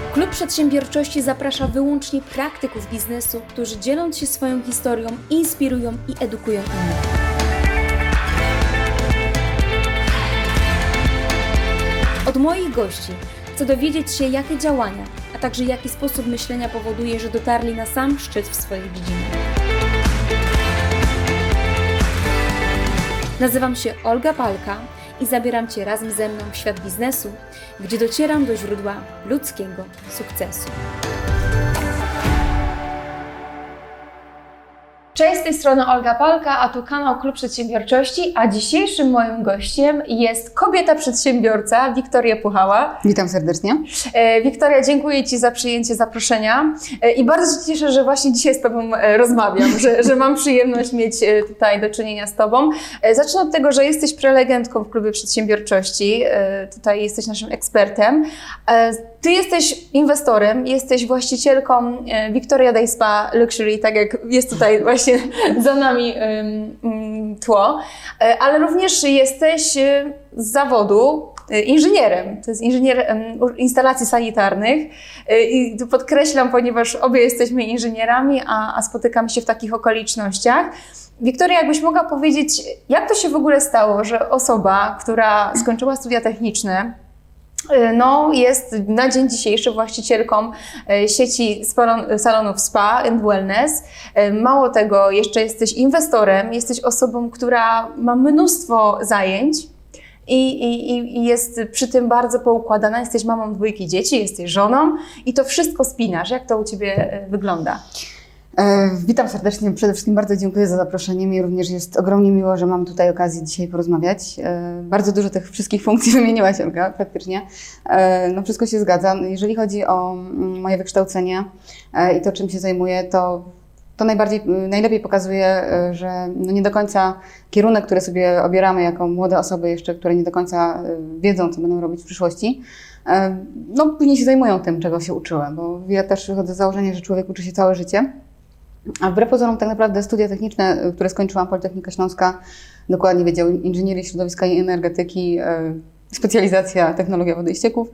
Klub Przedsiębiorczości zaprasza wyłącznie praktyków biznesu, którzy dzieląc się swoją historią, inspirują i edukują innych. Od moich gości chcę dowiedzieć się, jakie działania, a także jaki sposób myślenia powoduje, że dotarli na sam szczyt w swojej dziedzinie. Nazywam się Olga Palka i zabieram Cię razem ze mną w świat biznesu, gdzie docieram do źródła ludzkiego sukcesu. Cześć, z tej strony Olga Palka, a tu kanał Klub Przedsiębiorczości, a dzisiejszym moim gościem jest kobieta przedsiębiorca, Wiktoria Puchała. Witam serdecznie. Wiktoria, dziękuję Ci za przyjęcie zaproszenia i bardzo się cieszę, że właśnie dzisiaj z Tobą rozmawiam, że mam przyjemność mieć tutaj do czynienia z Tobą. Zacznę od tego, że jesteś prelegentką w Klubie Przedsiębiorczości, tutaj jesteś naszym ekspertem. Ty jesteś inwestorem, jesteś właścicielką Victoria Day Spa Luxury, tak jak jest tutaj właśnie za nami tło, ale również jesteś z zawodu inżynierem. To jest inżynier instalacji sanitarnych i tu podkreślam, ponieważ obie jesteśmy inżynierami, a spotykamy się w takich okolicznościach. Wiktoria, jakbyś mogła powiedzieć, jak to się w ogóle stało, że osoba, która skończyła studia techniczne, jest na dzień dzisiejszy właścicielką sieci salonów Spa and Wellness. Mało tego, jeszcze jesteś inwestorem, jesteś osobą, która ma mnóstwo zajęć i jest przy tym bardzo poukładana. Jesteś mamą 2 dzieci, jesteś żoną i to wszystko spinasz. Jak to u Ciebie wygląda? Witam serdecznie. Przede wszystkim bardzo dziękuję za zaproszenie. Mi również jest ogromnie miło, że mam tutaj okazję dzisiaj porozmawiać. Bardzo dużo tych wszystkich funkcji wymieniłaś, Olga, faktycznie. Wszystko się zgadza. Jeżeli chodzi o moje wykształcenie i to, czym się zajmuję, to najlepiej pokazuje, że nie do końca kierunek, który sobie obieramy jako młode osoby jeszcze, które nie do końca wiedzą, co będą robić w przyszłości, później się zajmują tym, czego się uczyłem, bo ja też wychodzę z założenia, że człowiek uczy się całe życie. A wbrew pozorom tak naprawdę studia techniczne, które skończyłam, Politechnika Śląska, dokładnie Wydział Inżynierii Środowiska i Energetyki, specjalizacja Technologia Wody i Ścieków,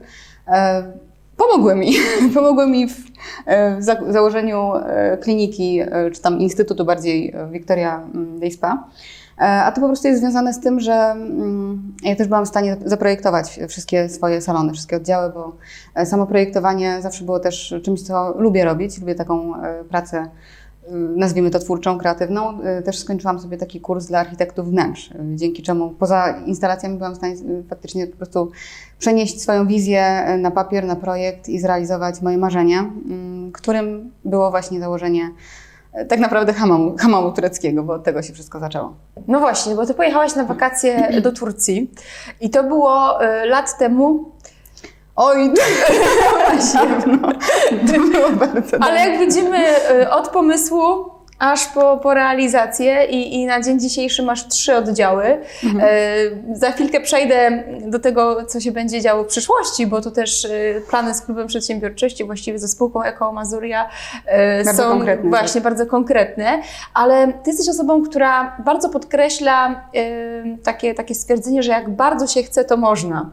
pomogły mi w założeniu kliniki, czy tam instytutu bardziej Victoria Day Spa. A to po prostu jest związane z tym, że ja też byłam w stanie zaprojektować wszystkie swoje salony, wszystkie oddziały, bo samo projektowanie zawsze było też czymś, co lubię robić. Lubię taką pracę, nazwijmy to twórczą, kreatywną. Też skończyłam sobie taki kurs dla architektów wnętrz, dzięki czemu poza instalacjami byłam w stanie faktycznie po prostu przenieść swoją wizję na papier, na projekt i zrealizować moje marzenie, którym było właśnie założenie tak naprawdę hamamu tureckiego, bo od tego się wszystko zaczęło. No właśnie, bo Ty pojechałaś na wakacje do Turcji i to było lat temu. Oj, właśnie, to było bardzo. Ale jak widzimy, od pomysłu aż po realizację i na dzień dzisiejszy masz 3 oddziały. Za chwilkę przejdę do tego, co się będzie działo w przyszłości, bo tu też plany z Klubem Przedsiębiorczości, właściwie ze spółką Eko Mazuria są właśnie bardzo konkretne, ale Ty jesteś osobą, która bardzo podkreśla takie stwierdzenie, że jak bardzo się chce, to można.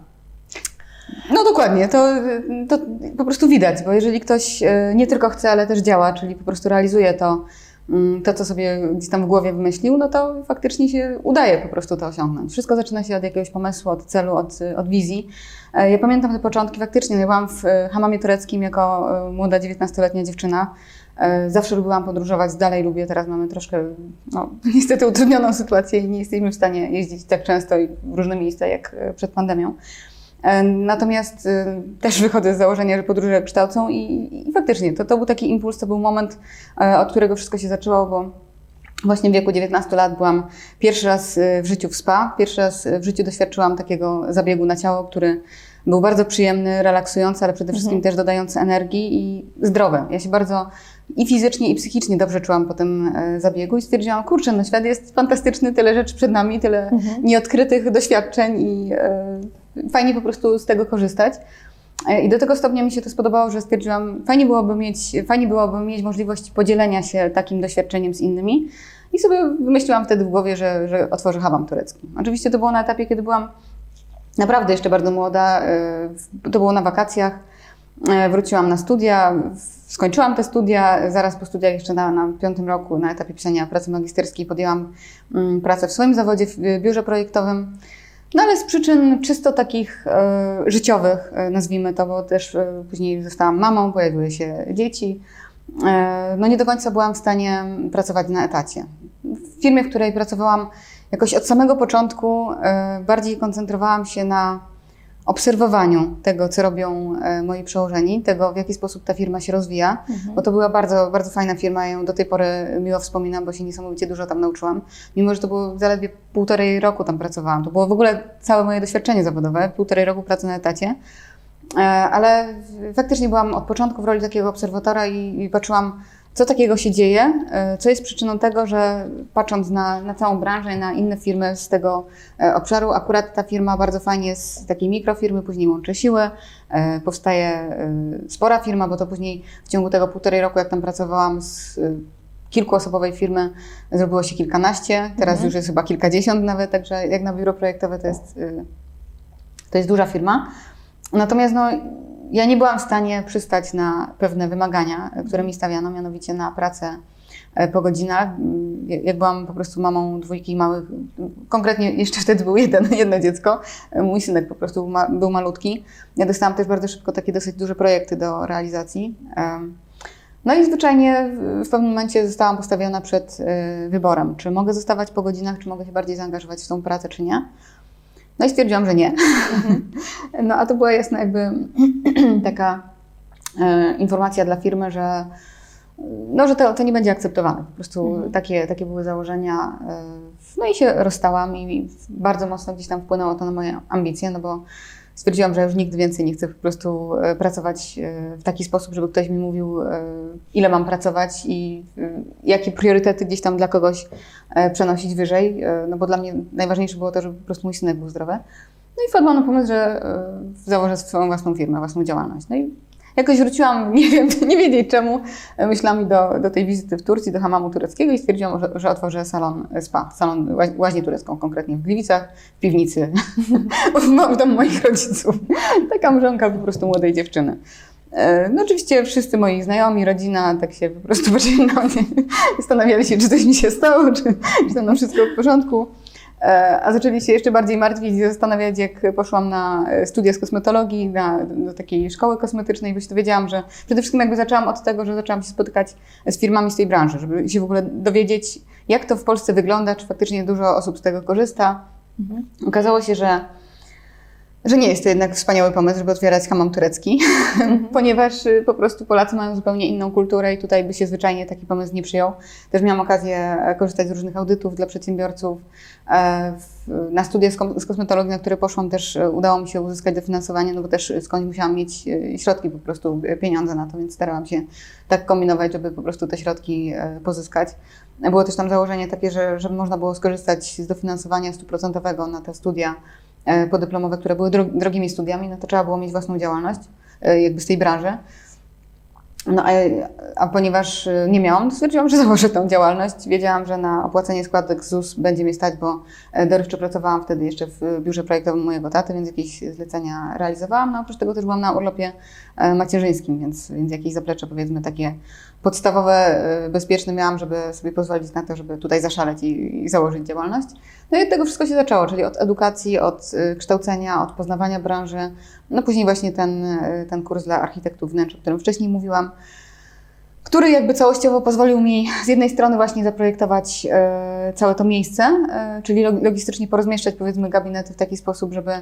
No dokładnie, to po prostu widać, bo jeżeli ktoś nie tylko chce, ale też działa, czyli po prostu realizuje to, co sobie gdzieś tam w głowie wymyślił, no to faktycznie się udaje po prostu to osiągnąć. Wszystko zaczyna się od jakiegoś pomysłu, od celu, od wizji. Ja pamiętam te początki faktycznie, ja byłam w hamamie tureckim jako młoda 19-letnia dziewczyna. Zawsze lubiłam podróżować, dalej lubię, teraz mamy troszkę, niestety utrudnioną sytuację i nie jesteśmy w stanie jeździć tak często i w różne miejsca jak przed pandemią. Natomiast też wychodzę z założenia, że podróże kształcą i faktycznie to był taki impuls, to był moment, od którego wszystko się zaczęło, bo właśnie w wieku 19 lat byłam pierwszy raz w życiu w spa, pierwszy raz w życiu doświadczyłam takiego zabiegu na ciało, który był bardzo przyjemny, relaksujący, ale przede wszystkim też dodający energii i zdrowy. Ja się bardzo i fizycznie, i psychicznie dobrze czułam po tym zabiegu i stwierdziłam, kurczę, no świat jest fantastyczny, tyle rzeczy przed nami, tyle nieodkrytych doświadczeń i fajnie po prostu z tego korzystać. I do tego stopnia mi się to spodobało, że stwierdziłam, fajnie byłoby mieć możliwość podzielenia się takim doświadczeniem z innymi. I sobie wymyśliłam wtedy w głowie, że otworzę hamam turecki. Oczywiście to było na etapie, kiedy byłam naprawdę jeszcze bardzo młoda. To było na wakacjach. Wróciłam na studia, skończyłam te studia, zaraz po studiach jeszcze na 5. roku, na etapie pisania pracy magisterskiej podjęłam pracę w swoim zawodzie w biurze projektowym. No ale z przyczyn czysto takich życiowych, nazwijmy to, bo też później zostałam mamą, pojawiły się dzieci. No nie do końca byłam w stanie pracować na etacie. W firmie, w której pracowałam jakoś od samego początku, bardziej koncentrowałam się na obserwowaniu tego, co robią moi przełożeni, tego, w jaki sposób ta firma się rozwija, bo to była bardzo, bardzo fajna firma, ja ją do tej pory miło wspominam, bo się niesamowicie dużo tam nauczyłam, mimo że to było zaledwie 1,5 roku tam pracowałam. To było w ogóle całe moje doświadczenie zawodowe, 1,5 roku pracy na etacie, ale faktycznie byłam od początku w roli takiego obserwatora i patrzyłam, co takiego się dzieje, co jest przyczyną tego, że patrząc na całą branżę i na inne firmy z tego obszaru, akurat ta firma bardzo fajnie z takiej mikrofirmy później łączy siły, powstaje spora firma, bo to później w ciągu tego 1,5 roku, jak tam pracowałam z kilkuosobowej firmy, zrobiło się kilkanaście, teraz już jest chyba kilkadziesiąt nawet, także jak na biuro projektowe to jest duża firma. Natomiast no, ja nie byłam w stanie przystać na pewne wymagania, które mi stawiano, mianowicie na pracę po godzinach. Jak byłam po prostu mamą 2 małych, konkretnie jeszcze wtedy był jedno dziecko, mój synek po prostu był malutki. Ja dostałam też bardzo szybko takie dosyć duże projekty do realizacji. No i zwyczajnie w pewnym momencie zostałam postawiona przed wyborem, czy mogę zostawać po godzinach, czy mogę się bardziej zaangażować w tą pracę, czy nie. No i stwierdziłam, że nie. No a to była jasna jakby taka informacja dla firmy, że to nie będzie akceptowane. Po prostu takie były założenia. No i się rozstałam i bardzo mocno gdzieś tam wpłynęło to na moje ambicje, no bo stwierdziłam, że już nigdy więcej nie chcę po prostu pracować w taki sposób, żeby ktoś mi mówił, ile mam pracować i jakie priorytety gdzieś tam dla kogoś przenosić wyżej, no bo dla mnie najważniejsze było to, żeby po prostu mój synek był zdrowy. No i wpadłam na pomysł, że założę swoją własną firmę, własną działalność. No i jakoś wróciłam, nie wiem, nie wiedzieć czemu, myślami do tej wizyty w Turcji, do hamamu tureckiego i stwierdziłam, że otworzę salon spa, łaźnię turecką, konkretnie w Gliwicach, w piwnicy, w domu moich rodziców. Taka mrzonka po prostu młodej dziewczyny. No oczywiście wszyscy moi znajomi, rodzina tak się po prostu zastanawiali się, czy coś mi się stało, czy tam wszystko w porządku. A zaczęli się jeszcze bardziej martwić i zastanawiać, jak poszłam na studia z kosmetologii, do takiej szkoły kosmetycznej, bo się dowiedziałam, że przede wszystkim jakby zaczęłam od tego, że zaczęłam się spotykać z firmami z tej branży, żeby się w ogóle dowiedzieć, jak to w Polsce wygląda, czy faktycznie dużo osób z tego korzysta. Okazało się, że nie jest to jednak wspaniały pomysł, żeby otwierać hammam turecki, ponieważ po prostu Polacy mają zupełnie inną kulturę i tutaj by się zwyczajnie taki pomysł nie przyjął. Też miałam okazję korzystać z różnych audytów dla przedsiębiorców. Na studia z kosmetologii, na które poszłam, też udało mi się uzyskać dofinansowanie, no bo też skądś musiałam mieć środki, po prostu pieniądze na to, więc starałam się tak kombinować, żeby po prostu te środki pozyskać. Było też tam założenie takie, żeby można było skorzystać z dofinansowania 100% na te studia podyplomowe, które były drogimi studiami, no to trzeba było mieć własną działalność jakby z tej branży. No a ponieważ nie miałam, to stwierdziłam, że założę tą działalność. Wiedziałam, że na opłacenie składek ZUS będzie mnie stać, bo dorywczo pracowałam wtedy jeszcze w biurze projektowym mojego taty, więc jakieś zlecenia realizowałam. No oprócz tego też byłam na urlopie macierzyńskim, więc jakieś zaplecze powiedzmy takie podstawowe, bezpieczne miałam, żeby sobie pozwolić na to, żeby tutaj zaszaleć i założyć działalność. No i od tego wszystko się zaczęło, czyli od edukacji, od kształcenia, od poznawania branży. No później właśnie ten kurs dla architektów wnętrz, o którym wcześniej mówiłam, który jakby całościowo pozwolił mi z jednej strony właśnie zaprojektować całe to miejsce, czyli logistycznie porozmieszczać powiedzmy gabinety w taki sposób, żeby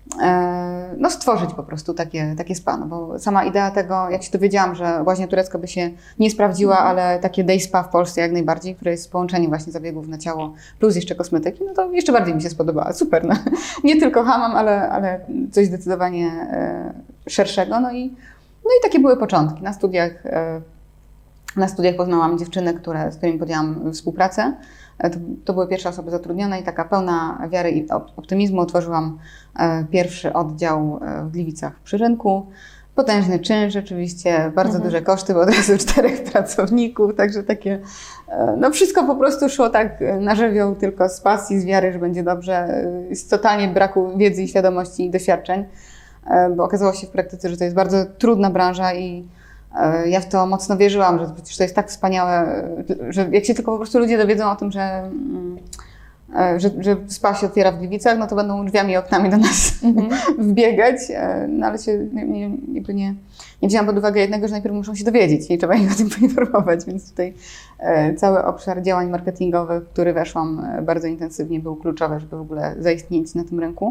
no, stworzyć po prostu takie spa, no bo sama idea tego, jak się dowiedziałam, że łaźnia turecka by się nie sprawdziła, ale takie day spa w Polsce jak najbardziej, które jest połączeniem właśnie zabiegów na ciało plus jeszcze kosmetyki, no to jeszcze bardziej mi się spodobała. Super, no. Nie tylko hammam, ale coś zdecydowanie szerszego, no i takie były początki. Na studiach poznałam dziewczyny, z którymi podjęłam współpracę. To były pierwsze osoby zatrudnione i taka pełna wiary i optymizmu otworzyłam pierwszy oddział w Gliwicach przy rynku. Potężny czynsz rzeczywiście, bardzo duże koszty, bo od razu 4 pracowników, także takie, no wszystko po prostu szło tak na żywioł, tylko z pasji, z wiary, że będzie dobrze, z totalnie braku wiedzy i świadomości i doświadczeń. bo okazało się w praktyce, że to jest bardzo trudna branża i ja w to mocno wierzyłam, że przecież to jest tak wspaniałe, że jak się tylko po prostu ludzie dowiedzą o tym, że spa się otwiera w Gliwicach, no to będą drzwiami i oknami do nas wbiegać, no ale się nie wzięłam pod uwagę jednego, że najpierw muszą się dowiedzieć i trzeba ich o tym poinformować, więc tutaj cały obszar działań marketingowych, w który weszłam bardzo intensywnie, był kluczowy, żeby w ogóle zaistnieć na tym rynku.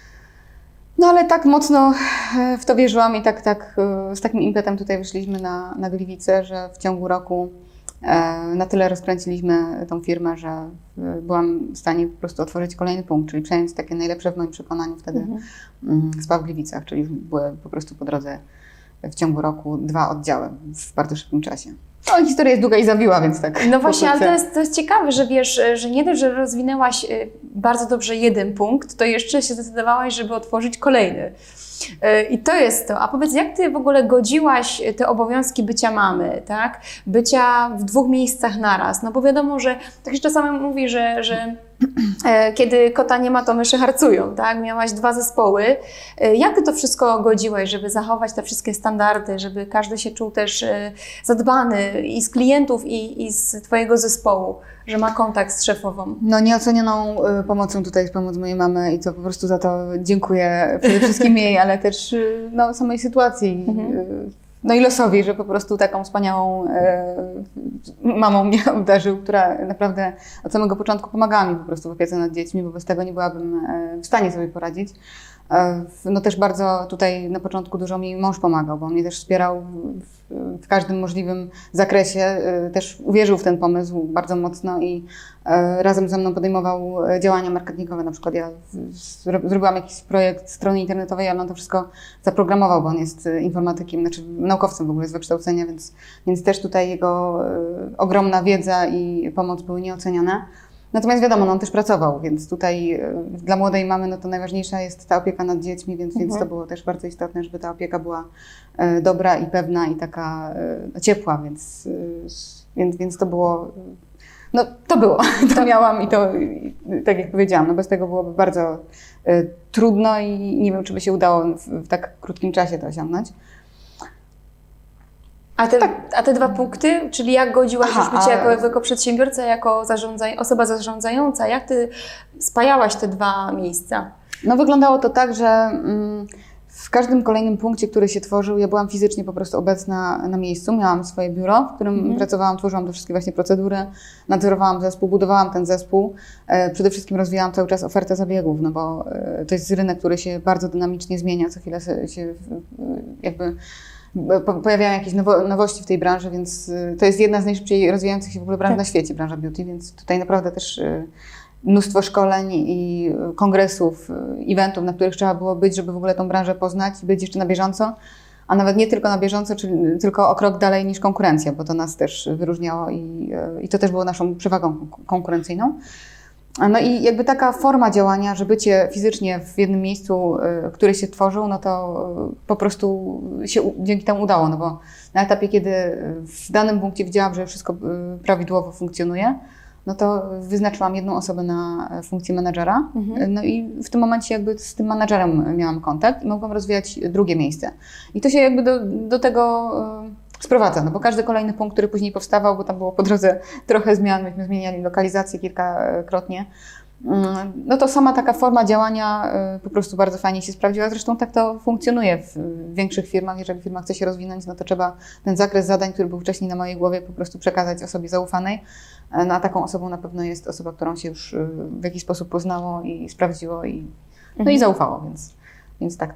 No ale tak mocno w to wierzyłam i tak z takim impetem tutaj wyszliśmy na Gliwice, że w ciągu roku na tyle rozkręciliśmy tą firmę, że byłam w stanie po prostu otworzyć kolejny punkt, czyli przejąć takie najlepsze w moim przekonaniu wtedy spa w Gliwicach, czyli były po prostu po drodze w ciągu roku 2 oddziały w bardzo szybkim czasie. No, historia jest długa i zawiła, więc tak. No właśnie, ale to jest ciekawe, że wiesz, że nie dość, że rozwinęłaś bardzo dobrze jeden punkt, to jeszcze się zdecydowałaś, żeby otworzyć kolejny. I to jest to. A powiedz, jak ty w ogóle godziłaś te obowiązki bycia mamy, tak? Bycia w 2 miejscach naraz? No bo wiadomo, że tak się czasami mówi, że kiedy kota nie ma, to myszy harcują, tak? Miałaś 2 zespoły. Jak ty to wszystko godziłaś, żeby zachować te wszystkie standardy, żeby każdy się czuł też zadbany i z klientów, i z twojego zespołu, że ma kontakt z szefową? No nieocenioną pomocą tutaj jest pomoc mojej mamy i to po prostu za to dziękuję przede wszystkim jej, ale też samej sytuacji. No i losowi, że po prostu taką wspaniałą mamą mnie obdarzył, która naprawdę od samego początku pomagała mi po prostu w opiece nad dziećmi, bo bez tego nie byłabym w stanie sobie poradzić. No też bardzo tutaj na początku dużo mi mąż pomagał, bo mnie też wspierał w każdym możliwym zakresie. Też uwierzył w ten pomysł bardzo mocno i razem ze mną podejmował działania marketingowe. Na przykład ja zrobiłam jakiś projekt strony internetowej, ale on to wszystko zaprogramował, bo on jest informatykiem, znaczy naukowcem w ogóle z wykształcenia, więc też tutaj jego ogromna wiedza i pomoc były nieocenione. Natomiast wiadomo, on też pracował, więc tutaj dla młodej mamy no to najważniejsza jest ta opieka nad dziećmi, więc to było też bardzo istotne, żeby ta opieka była dobra i pewna i taka ciepła, więc to było, no to było, to miałam i to, tak jak powiedziałam, no bez tego byłoby bardzo trudno i nie wiem, czy by się udało w tak krótkim czasie to osiągnąć. A te 2 punkty, czyli jak godziłaś już bycie jako przedsiębiorca, jako osoba zarządzająca, jak ty spajałaś te 2 miejsca? No wyglądało to tak, że w każdym kolejnym punkcie, który się tworzył, ja byłam fizycznie po prostu obecna na miejscu. Miałam swoje biuro, w którym pracowałam, tworzyłam te wszystkie właśnie procedury, nadzorowałam zespół, budowałam ten zespół. Przede wszystkim rozwijałam cały czas ofertę zabiegów, no bo to jest rynek, który się bardzo dynamicznie zmienia, co chwilę się jakby pojawiają jakieś nowości w tej branży, więc to jest jedna z najszybciej rozwijających się w ogóle branż na świecie, branża beauty, więc tutaj naprawdę też mnóstwo szkoleń i kongresów, eventów, na których trzeba było być, żeby w ogóle tą branżę poznać i być jeszcze na bieżąco, a nawet nie tylko na bieżąco, czyli tylko o krok dalej niż konkurencja, bo to nas też wyróżniało i to też było naszą przewagą konkurencyjną. No i jakby taka forma działania, że bycie fizycznie w jednym miejscu, które się tworzył, no to po prostu się dzięki temu udało, no bo na etapie, kiedy w danym punkcie widziałam, że wszystko prawidłowo funkcjonuje, no to wyznaczyłam jedną osobę na funkcję menadżera, no i w tym momencie jakby z tym menadżerem miałam kontakt i mogłam rozwijać drugie miejsce. I to się jakby do tego sprowadza, no bo każdy kolejny punkt, który później powstawał, bo tam było po drodze trochę zmian, myśmy zmieniali lokalizację kilkakrotnie, no to sama taka forma działania po prostu bardzo fajnie się sprawdziła. Zresztą tak to funkcjonuje w większych firmach. Jeżeli firma chce się rozwinąć, no to trzeba ten zakres zadań, który był wcześniej na mojej głowie, po prostu przekazać osobie zaufanej. No a taką osobą na pewno jest osoba, którą się już w jakiś sposób poznało i sprawdziło i zaufało, więc tak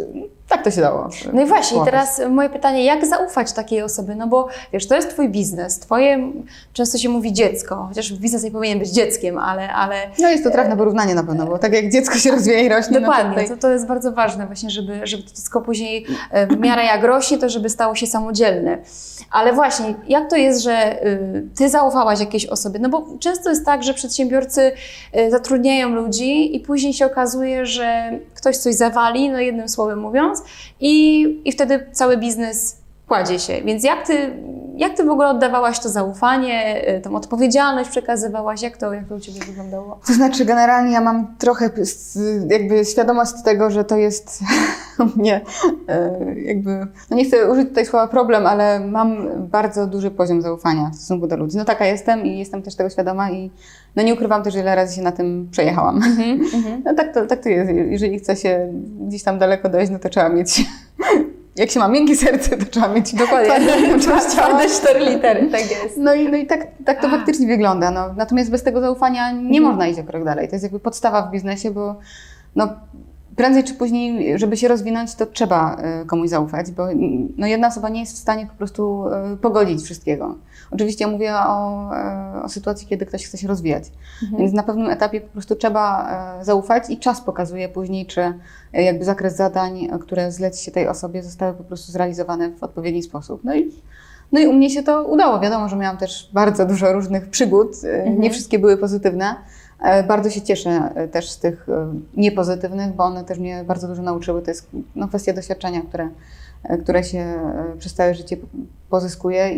to się dało. No i właśnie, teraz moje pytanie, jak zaufać takiej osobie? No bo wiesz, to jest twój biznes, często się mówi dziecko, chociaż biznes nie powinien być dzieckiem, ale... No jest to trafne porównanie na pewno, bo tak jak dziecko się rozwija i rośnie... Dokładnie, no to jest bardzo ważne właśnie, żeby to dziecko później w miarę jak rośnie, to żeby stało się samodzielne. Ale właśnie, jak to jest, że ty zaufałaś jakiejś osobie? No bo często jest tak, że przedsiębiorcy zatrudniają ludzi i później się okazuje, że ktoś coś zawali, no jednym słowem mówiąc, i wtedy cały biznes kładzie się. Więc jak ty jak Ty w ogóle oddawałaś to zaufanie, tą odpowiedzialność przekazywałaś? Jak to u Ciebie wyglądało? To znaczy, generalnie ja mam trochę jakby świadomość tego, że to jest u mnie jakby, no nie chcę użyć tutaj słowa problem, ale mam bardzo duży poziom zaufania w stosunku do ludzi. No taka jestem i jestem też tego świadoma i no nie ukrywam też, ile razy się na tym przejechałam. No tak to jest. Jeżeli chce się gdzieś tam daleko dojść, no to trzeba mieć... Jak się ma miękkie serce, to trzeba mieć dokładnie twarde 4 litery, tak jest. No i tak to faktycznie wygląda. No, natomiast bez tego zaufania nie można iść o krok dalej. To jest jakby podstawa w biznesie, bo no, prędzej czy później, żeby się rozwinąć, to trzeba komuś zaufać, bo no, jedna osoba nie jest w stanie po prostu pogodzić wszystkiego. Oczywiście ja mówię o sytuacji, kiedy ktoś chce się rozwijać. Więc na pewnym etapie po prostu trzeba zaufać i czas pokazuje później, czy jakby zakres zadań, które zleci się tej osobie, zostały po prostu zrealizowane w odpowiedni sposób. No i u mnie się to udało. Wiadomo, że miałam też bardzo dużo różnych przygód. Nie wszystkie były pozytywne. Bardzo się cieszę też z tych niepozytywnych, bo one też mnie bardzo dużo nauczyły. To jest no, kwestia doświadczenia, które się przez całe życie pozyskuje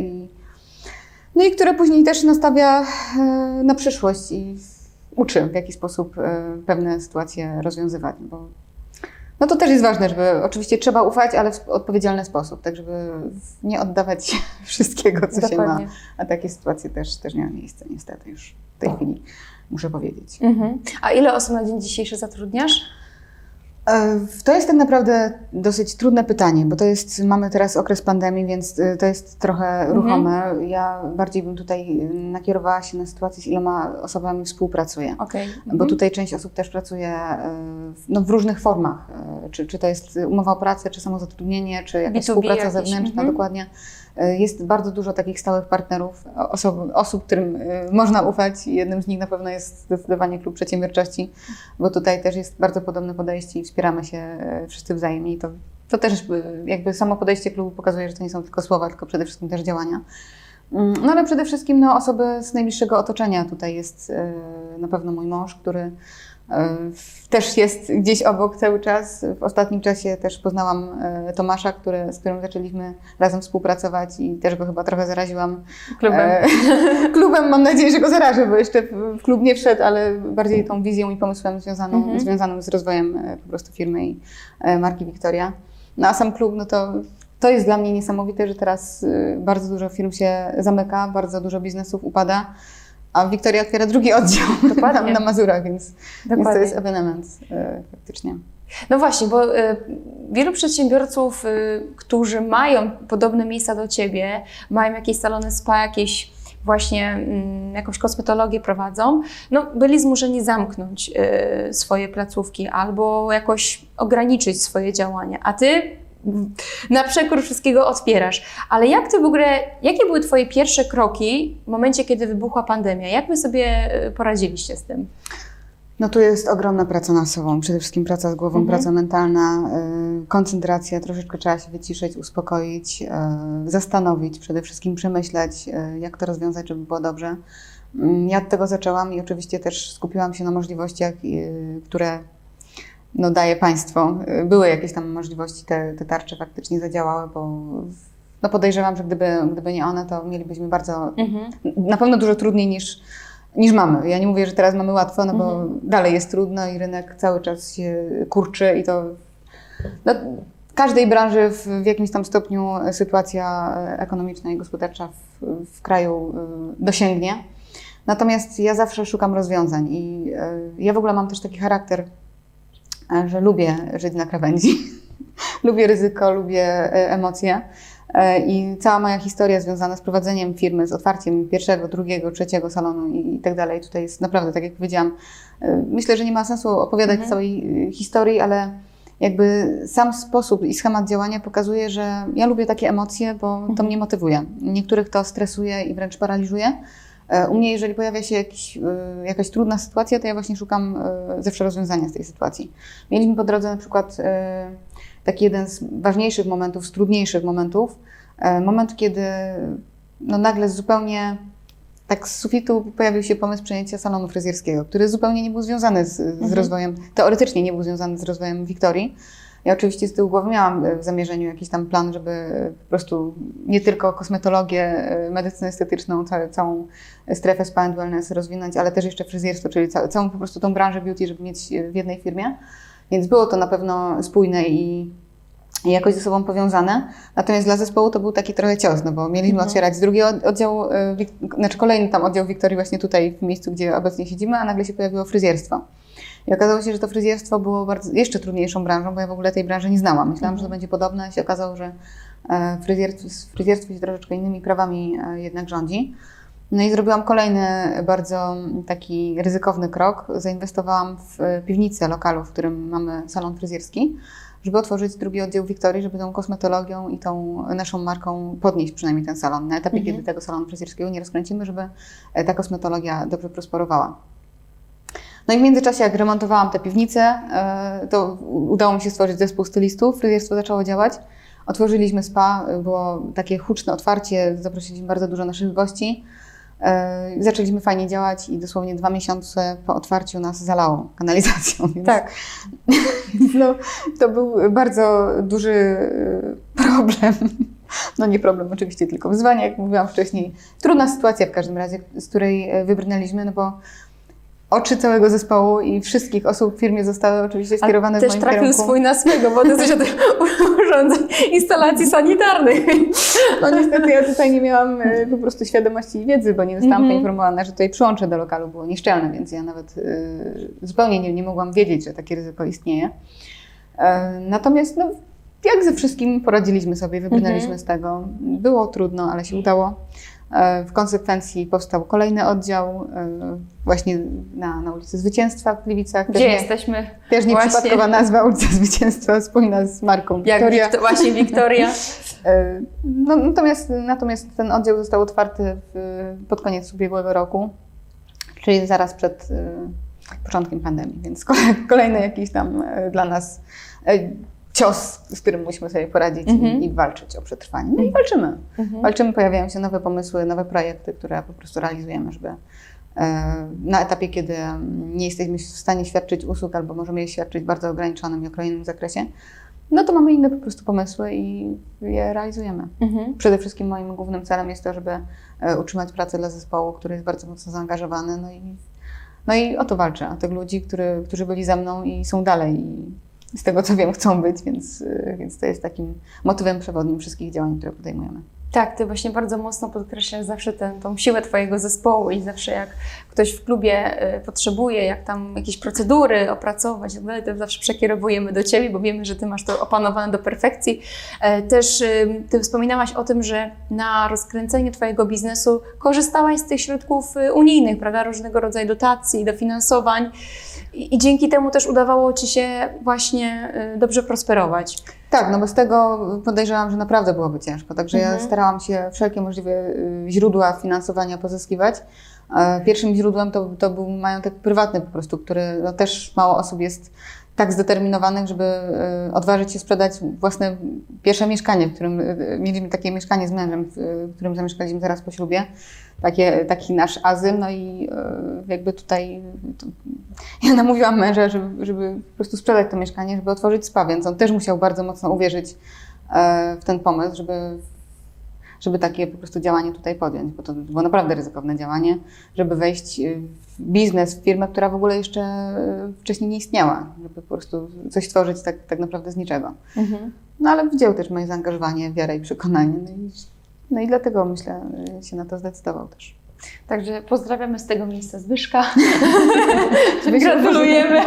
no i które później też nastawia na przyszłość i uczy, w jaki sposób pewne sytuacje rozwiązywać. Bo no to też jest ważne, żeby oczywiście trzeba ufać, ale w odpowiedzialny sposób, tak żeby nie oddawać wszystkiego, co się ma. A takie sytuacje też miały miejsce niestety już w tej chwili, muszę powiedzieć. A ile osób na dzień dzisiejszy zatrudniasz? To jest tak naprawdę dosyć trudne pytanie, bo mamy teraz okres pandemii, więc to jest trochę ruchome. Ja bardziej bym tutaj nakierowała się na sytuację, z iloma osobami współpracuję. Bo tutaj część osób też pracuje no, w różnych formach. Czy to jest umowa o pracę, czy samozatrudnienie, czy jakaś współpraca zewnętrzna, dokładnie. Jest bardzo dużo takich stałych partnerów, osób, którym można ufać. Jednym z nich na pewno jest zdecydowanie Klub Przedsiębiorczości, bo tutaj też jest bardzo podobne podejście i wspieramy się wszyscy wzajemnie. I to też jakby samo podejście klubu pokazuje, że to nie są tylko słowa, tylko przede wszystkim też działania. No ale przede wszystkim no, osoby z najbliższego otoczenia. Tutaj jest na pewno mój mąż, który też jest gdzieś obok cały czas. W ostatnim czasie też poznałam Tomasza, z którym zaczęliśmy razem współpracować i też go chyba trochę zaraziłam. Klubem mam nadzieję, że go zarażę, bo jeszcze w klub nie wszedł, ale bardziej tą wizją i pomysłem związanym z rozwojem po prostu firmy i marki Victoria. No a sam klub, no to jest dla mnie niesamowite, że teraz bardzo dużo firm się zamyka, bardzo dużo biznesów upada. A Victoria otwiera drugi oddział na Mazurach, więc to jest ewenement faktycznie. No właśnie, bo wielu przedsiębiorców, którzy mają podobne miejsca do Ciebie, mają jakieś salony spa, jakieś właśnie jakąś kosmetologię prowadzą, no byli zmuszeni zamknąć swoje placówki albo jakoś ograniczyć swoje działania, a Ty na przekór wszystkiego otwierasz. Ale jak Ty w ogóle, jakie były Twoje pierwsze kroki w momencie, kiedy wybuchła pandemia? Jak Wy sobie poradziliście z tym? No tu jest ogromna praca nad sobą, przede wszystkim praca z głową, praca mentalna, koncentracja, troszeczkę trzeba się wyciszyć, uspokoić, zastanowić, przede wszystkim przemyśleć, jak to rozwiązać, żeby było dobrze. Ja od tego zaczęłam i oczywiście też skupiłam się na możliwościach, które no, daje państwo. Były jakieś tam możliwości, te tarcze faktycznie zadziałały, bo no, podejrzewam, że gdyby nie one, to mielibyśmy bardzo, na pewno dużo trudniej niż mamy. Ja nie mówię, że teraz mamy łatwo, no bo dalej jest trudno i rynek cały czas się kurczy i to no, w każdej branży w jakimś tam stopniu sytuacja ekonomiczna i gospodarcza w kraju dosięgnie. Natomiast ja zawsze szukam rozwiązań i ja w ogóle mam też taki charakter, że lubię żyć na krawędzi. Lubię ryzyko, lubię emocje. I cała moja historia związana z prowadzeniem firmy, z otwarciem pierwszego, drugiego, trzeciego salonu i tak dalej, tutaj jest naprawdę, tak jak powiedziałam, myślę, że nie ma sensu opowiadać całej historii, ale jakby sam sposób i schemat działania pokazuje, że ja lubię takie emocje, bo to mnie motywuje. Niektórych to stresuje i wręcz paraliżuje. U mnie, jeżeli pojawia się jakaś trudna sytuacja, to ja właśnie szukam zawsze rozwiązania z tej sytuacji. Mieliśmy po drodze na przykład taki jeden z ważniejszych momentów, z trudniejszych momentów, moment, kiedy no nagle zupełnie tak z sufitu pojawił się pomysł przejęcia salonu fryzjerskiego, który zupełnie nie był związany z rozwojem, teoretycznie nie był związany z rozwojem Wiktorii. Ja oczywiście z tyłu głowy miałam w zamierzeniu jakiś tam plan, żeby po prostu nie tylko kosmetologię, medycynę estetyczną, całą strefę spa and wellness rozwinąć, ale też jeszcze fryzjerstwo, czyli całą po prostu tą branżę beauty, żeby mieć w jednej firmie. Więc było to na pewno spójne i jakoś ze sobą powiązane. Natomiast dla zespołu to był taki trochę cios, no bo mieliśmy otwierać drugi oddział, znaczy kolejny tam oddział Wiktorii właśnie tutaj w miejscu, gdzie obecnie siedzimy, a nagle się pojawiło fryzjerstwo. I okazało się, że to fryzjerstwo było jeszcze trudniejszą branżą, bo ja w ogóle tej branży nie znałam. Myślałam, że to będzie podobne, a się okazało, że fryzjerstwo się troszeczkę innymi prawami jednak rządzi. No i zrobiłam kolejny bardzo taki ryzykowny krok. Zainwestowałam w piwnicę lokalu, w którym mamy salon fryzjerski, żeby otworzyć drugi oddział Wiktorii, żeby tą kosmetologią i tą naszą marką podnieść przynajmniej ten salon. Na etapie, kiedy tego salonu fryzjerskiego nie rozkręcimy, żeby ta kosmetologia dobrze prosperowała. No i w międzyczasie, jak remontowałam tę piwnicę, to udało mi się stworzyć zespół stylistów, fryzjerstwo zaczęło działać. Otworzyliśmy spa, było takie huczne otwarcie, zaprosiliśmy bardzo dużo naszych gości. Zaczęliśmy fajnie działać i dosłownie 2 miesiące po otwarciu nas zalało kanalizacją. Więc, Tak. no, to był bardzo duży problem. No nie problem oczywiście, tylko wyzwanie, jak mówiłam wcześniej. Trudna sytuacja w każdym razie, z której wybrnęliśmy, no bo oczy całego zespołu i wszystkich osób w firmie zostały oczywiście skierowane w moim kierunku. Też trafił swój na swego, bo to jest od urządzeń, instalacji sanitarnych. No niestety ja tutaj nie miałam po prostu świadomości i wiedzy, bo nie zostałam poinformowana, że tutaj przyłącze do lokalu było nieszczelne, więc ja nawet zupełnie nie mogłam wiedzieć, że takie ryzyko istnieje. Natomiast no, jak ze wszystkim poradziliśmy sobie, wybrnęliśmy z tego. Było trudno, ale się udało. W konsekwencji powstał kolejny oddział właśnie na ulicy Zwycięstwa w Gliwicach. Gdzie jesteśmy? Też nieprzypadkowa nazwa, ulica Zwycięstwa, spójna z marką Wiktoria. Jak właśnie Wiktoria. No, natomiast ten oddział został otwarty pod koniec ubiegłego roku, czyli zaraz przed początkiem pandemii, więc kolejny jakiś tam dla nas cios, z którym musimy sobie poradzić i walczyć o przetrwanie. No i walczymy. Walczymy, pojawiają się nowe pomysły, nowe projekty, które po prostu realizujemy, żeby na etapie, kiedy nie jesteśmy w stanie świadczyć usług albo możemy je świadczyć w bardzo ograniczonym i okrojonym zakresie, no to mamy inne po prostu pomysły i je realizujemy. Przede wszystkim moim głównym celem jest to, żeby utrzymać pracę dla zespołu, który jest bardzo mocno zaangażowany. No i o to walczę, o tych ludzi, którzy byli ze mną i są dalej. I z tego co wiem, chcą być, więc to jest takim motywem przewodnim wszystkich działań, które podejmujemy. Tak, ty właśnie bardzo mocno podkreślasz zawsze tą siłę twojego zespołu i zawsze jak ktoś w klubie potrzebuje, jak tam jakieś procedury opracować, to zawsze przekierowujemy do ciebie, bo wiemy, że ty masz to opanowane do perfekcji. Też ty wspominałaś o tym, że na rozkręcenie twojego biznesu korzystałaś z tych środków unijnych, prawda, różnego rodzaju dotacji, dofinansowań. I dzięki temu też udawało ci się właśnie dobrze prosperować. Tak, no bo z tego podejrzewam, że naprawdę byłoby ciężko. Także ja starałam się wszelkie możliwe źródła finansowania pozyskiwać. Pierwszym źródłem to był majątek prywatny po prostu, który no, też mało osób jest tak zdeterminowanych, żeby odważyć się sprzedać własne pierwsze mieszkanie, w którym mieliśmy takie mieszkanie z mężem, w którym zamieszkaliśmy zaraz po ślubie. Taki nasz azyl, no i jakby tutaj ja namówiłam męża, żeby po prostu sprzedać to mieszkanie, żeby otworzyć spa, więc on też musiał bardzo mocno uwierzyć w ten pomysł, żeby takie po prostu działanie tutaj podjąć, bo to było naprawdę ryzykowne działanie, żeby wejść w biznes, w firmę, która w ogóle jeszcze wcześniej nie istniała, żeby po prostu coś tworzyć tak naprawdę z niczego. No ale widział też moje zaangażowanie, wiarę i przekonanie, no i dlatego myślę, się na to zdecydował też. Także pozdrawiamy z tego miejsca Zbyszka. Gratulujemy.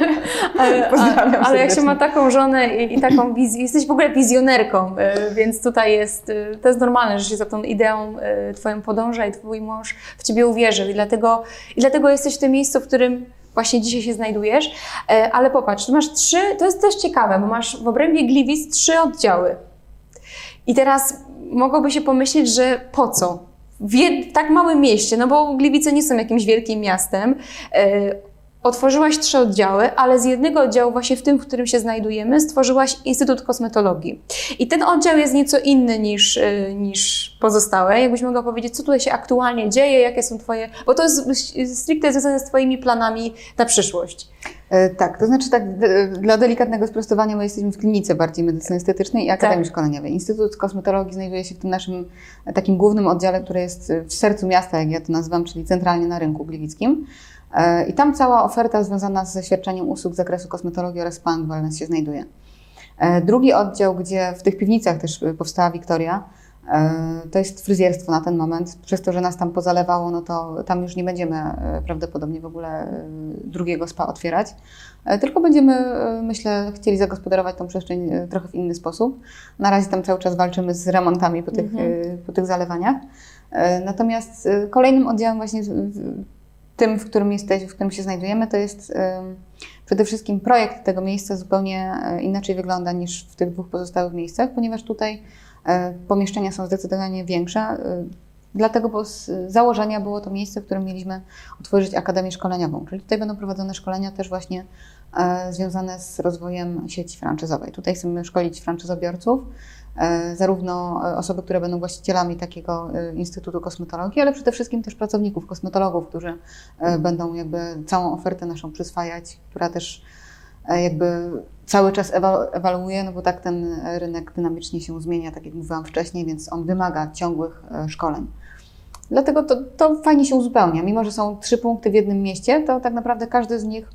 Ale jak się ma taką żonę i taką wizję, jesteś w ogóle wizjonerką, więc tutaj to jest normalne, że się za tą ideą twoją podąża i twój mąż w ciebie uwierzył. I dlatego jesteś w tym miejscu, w którym właśnie dzisiaj się znajdujesz. Ale popatrz, tu masz 3, to jest też ciekawe, bo masz w obrębie Gliwic 3 oddziały. I teraz mogłoby się pomyśleć, że po co? W tak małym mieście, no bo Gliwice nie są jakimś wielkim miastem, otworzyłaś 3 oddziały, ale z jednego oddziału, właśnie w tym, w którym się znajdujemy, stworzyłaś Instytut Kosmetologii. I ten oddział jest nieco inny niż pozostałe. Jakbyś mogła powiedzieć, co tutaj się aktualnie dzieje, jakie są Twoje... Bo to jest stricte związane z Twoimi planami na przyszłość. Tak, to znaczy tak, dla delikatnego sprostowania my jesteśmy w klinice bardziej medycyny estetycznej i Akademii Szkoleniowej. Instytut Kosmetologii znajduje się w tym naszym takim głównym oddziale, który jest w sercu miasta, jak ja to nazywam, czyli centralnie na rynku gliwickim. I tam cała oferta związana ze świadczeniem usług z zakresu kosmetologii oraz spa and wellness się znajduje. Drugi oddział, gdzie w tych piwnicach też powstała Wiktoria, to jest fryzjerstwo na ten moment. Przez to, że nas tam pozalewało, no to tam już nie będziemy prawdopodobnie w ogóle drugiego spa otwierać, tylko będziemy, myślę, chcieli zagospodarować tą przestrzeń trochę w inny sposób. Na razie tam cały czas walczymy z remontami po tych zalewaniach. Natomiast kolejnym oddziałem właśnie tym, w którym się znajdujemy, to jest przede wszystkim projekt tego miejsca zupełnie inaczej wygląda niż w tych 2 pozostałych miejscach, ponieważ tutaj pomieszczenia są zdecydowanie większe, dlatego, bo z założenia było to miejsce, w którym mieliśmy otworzyć Akademię Szkoleniową, czyli tutaj będą prowadzone szkolenia też właśnie związane z rozwojem sieci franczyzowej. Tutaj chcemy szkolić franczyzobiorców, zarówno osoby, które będą właścicielami takiego Instytutu Kosmetologii, ale przede wszystkim też pracowników, kosmetologów, którzy będą jakby całą ofertę naszą przyswajać, która też jakby cały czas ewaluuje, no bo tak ten rynek dynamicznie się zmienia, tak jak mówiłam wcześniej, więc on wymaga ciągłych szkoleń. Dlatego to fajnie się uzupełnia. Mimo że są 3 punkty w jednym mieście, to tak naprawdę każdy z nich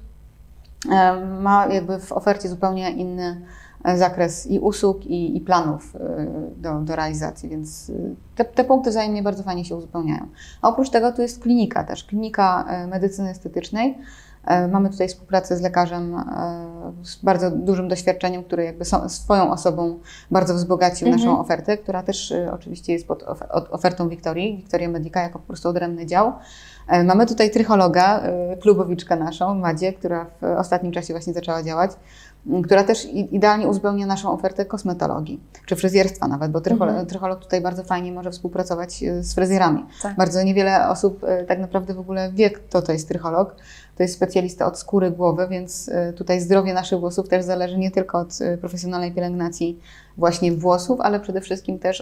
ma jakby w ofercie zupełnie inny zakres i usług, i planów do realizacji, więc te punkty wzajemnie bardzo fajnie się uzupełniają. A oprócz tego tu jest klinika też, klinika medycyny estetycznej. Mamy tutaj współpracę z lekarzem z bardzo dużym doświadczeniem, który jakby swoją osobą bardzo wzbogacił naszą ofertę, która też oczywiście jest pod ofertą Wiktoria Medica jako po prostu odrębny dział. Mamy tutaj trychologa, klubowiczkę naszą, Madzie, która w ostatnim czasie właśnie zaczęła działać, która też idealnie uzupełnia naszą ofertę kosmetologii, czy fryzjerstwa nawet, bo trycholog tutaj bardzo fajnie może współpracować z fryzjerami. Tak. Bardzo niewiele osób tak naprawdę w ogóle wie, kto to jest trycholog. To jest specjalista od skóry głowy, więc tutaj zdrowie naszych włosów też zależy nie tylko od profesjonalnej pielęgnacji właśnie włosów, ale przede wszystkim też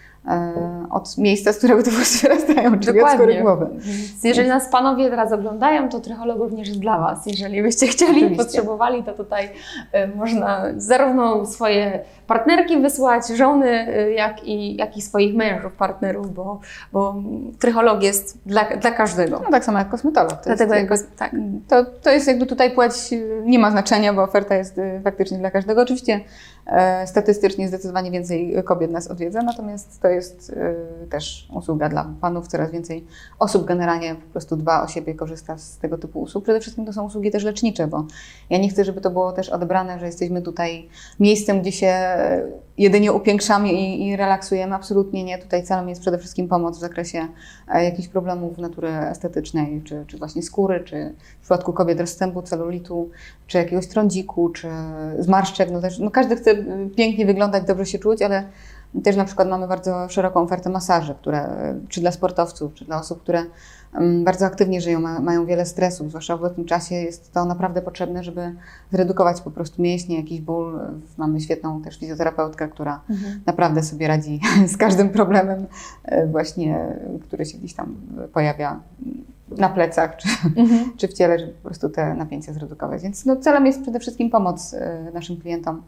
od miejsca, z którego te włosy wyrastają, czyli od skóry głowy. Więc jeżeli nas panowie teraz oglądają, to trycholog również jest dla Was. Jeżeli byście chcieli, potrzebowali, to tutaj można zarówno swoje partnerki wysłać, żony, jak i swoich mężów, partnerów, bo trycholog jest dla każdego. No tak samo jak kosmetolog. Tak. To jest jakby tutaj płeć nie ma znaczenia, bo oferta jest faktycznie dla każdego. Oczywiście statystycznie zdecydowanie więcej kobiet nas odwiedza, natomiast to jest też usługa dla panów. Coraz więcej osób generalnie po prostu dba o siebie, korzysta z tego typu usług. Przede wszystkim to są usługi też lecznicze, bo ja nie chcę, żeby to było też odebrane, że jesteśmy tutaj miejscem, gdzie się jedynie upiększamy i relaksujemy. Absolutnie nie. Tutaj celem jest przede wszystkim pomoc w zakresie jakichś problemów natury estetycznej, czy właśnie skóry, czy w przypadku kobiet rozstępu, celulitu, czy jakiegoś trądziku, czy zmarszczek. No każdy chce pięknie wyglądać, dobrze się czuć, ale też na przykład mamy bardzo szeroką ofertę masaży, czy dla sportowców, czy dla osób, które bardzo aktywnie żyją, mają wiele stresów, zwłaszcza w tym czasie jest to naprawdę potrzebne, żeby zredukować po prostu mięśnie, jakiś ból. Mamy świetną też fizjoterapeutkę, która naprawdę sobie radzi z każdym problemem właśnie, który się gdzieś tam pojawia na plecach czy w ciele, żeby po prostu te napięcia zredukować. Więc celem jest przede wszystkim pomoc naszym klientom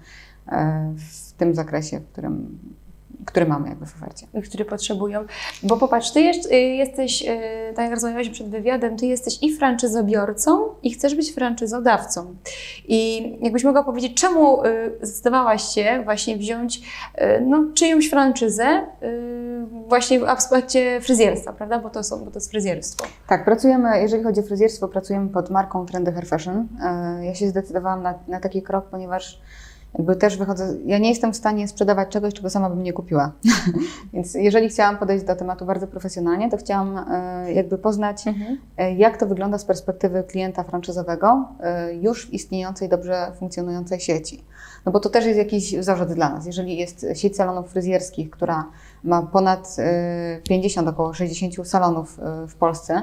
w tym zakresie, który mamy jakby w ofercie. Które potrzebują. Bo popatrz, ty jesteś, tak jak rozmawialiśmy przed wywiadem, ty jesteś i franczyzobiorcą i chcesz być franczyzodawcą. I jakbyś mogła powiedzieć, czemu zdecydowałaś się właśnie wziąć czyjąś franczyzę właśnie w aspekcie fryzjerstwa, prawda? Bo to jest fryzjerstwo. Tak, jeżeli chodzi o fryzjerstwo, pracujemy pod marką Trendy Hair Fashion. Ja się zdecydowałam na taki krok, ponieważ jakby też ja nie jestem w stanie sprzedawać czegoś, czego sama bym nie kupiła. Więc jeżeli chciałam podejść do tematu bardzo profesjonalnie, to chciałam jakby poznać, jak to wygląda z perspektywy klienta franczyzowego już w istniejącej, dobrze funkcjonującej sieci. No bo to też jest jakiś wzorzec dla nas. Jeżeli jest sieć salonów fryzjerskich, która ma ponad 50, około 60 salonów w Polsce,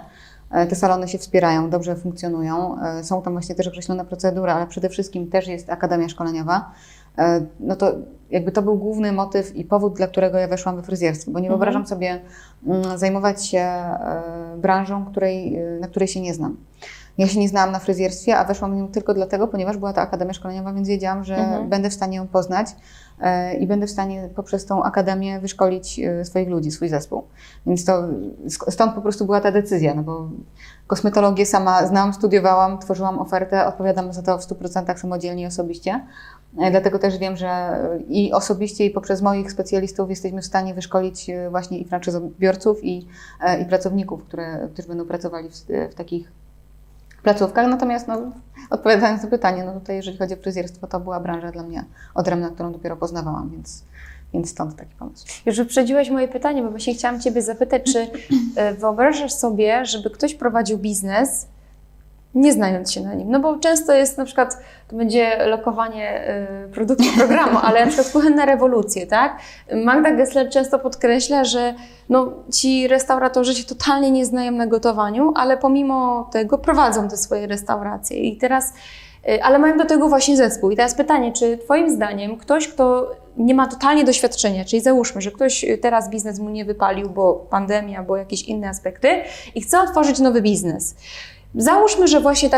Te salony się wspierają, dobrze funkcjonują. Są tam właśnie też określone procedury, ale przede wszystkim też jest Akademia Szkoleniowa. No to jakby to był główny motyw i powód, dla którego ja weszłam we fryzjerstwo, bo nie wyobrażam sobie zajmować się branżą, na której się nie znam. Ja się nie znałam na fryzjerstwie, a weszłam w nią tylko dlatego, ponieważ była ta Akademia Szkoleniowa, więc wiedziałam, że będę w stanie ją poznać i będę w stanie poprzez tą akademię wyszkolić swoich ludzi, swój zespół. Więc to stąd po prostu była ta decyzja, no bo kosmetologię sama znałam, studiowałam, tworzyłam ofertę, odpowiadam za to w 100% samodzielnie i osobiście. Dlatego też wiem, że i osobiście, i poprzez moich specjalistów jesteśmy w stanie wyszkolić właśnie i franczyzobiorców, i pracowników, którzy będą pracowali w takich placówkach. Natomiast odpowiadając na pytanie, tutaj jeżeli chodzi o fryzjerstwo, to była branża dla mnie odrębna, którą dopiero poznawałam, więc stąd taki pomysł. Już wyprzedziłaś moje pytanie, bo właśnie chciałam Ciebie zapytać, czy wyobrażasz sobie, żeby ktoś prowadził biznes, nie znając się na nim? No bo często jest na przykład, to będzie lokowanie produktu programu, ale na przykład kuchenne rewolucje, tak? Magda Gessler często podkreśla, że ci restauratorzy się totalnie nie znają na gotowaniu, ale pomimo tego prowadzą te swoje restauracje. I teraz, ale mają do tego właśnie zespół. I teraz pytanie, czy Twoim zdaniem ktoś, kto nie ma totalnie doświadczenia, czyli załóżmy, że ktoś teraz biznes mu nie wypalił, bo pandemia, bo jakieś inne aspekty i chce otworzyć nowy biznes. Załóżmy, że właśnie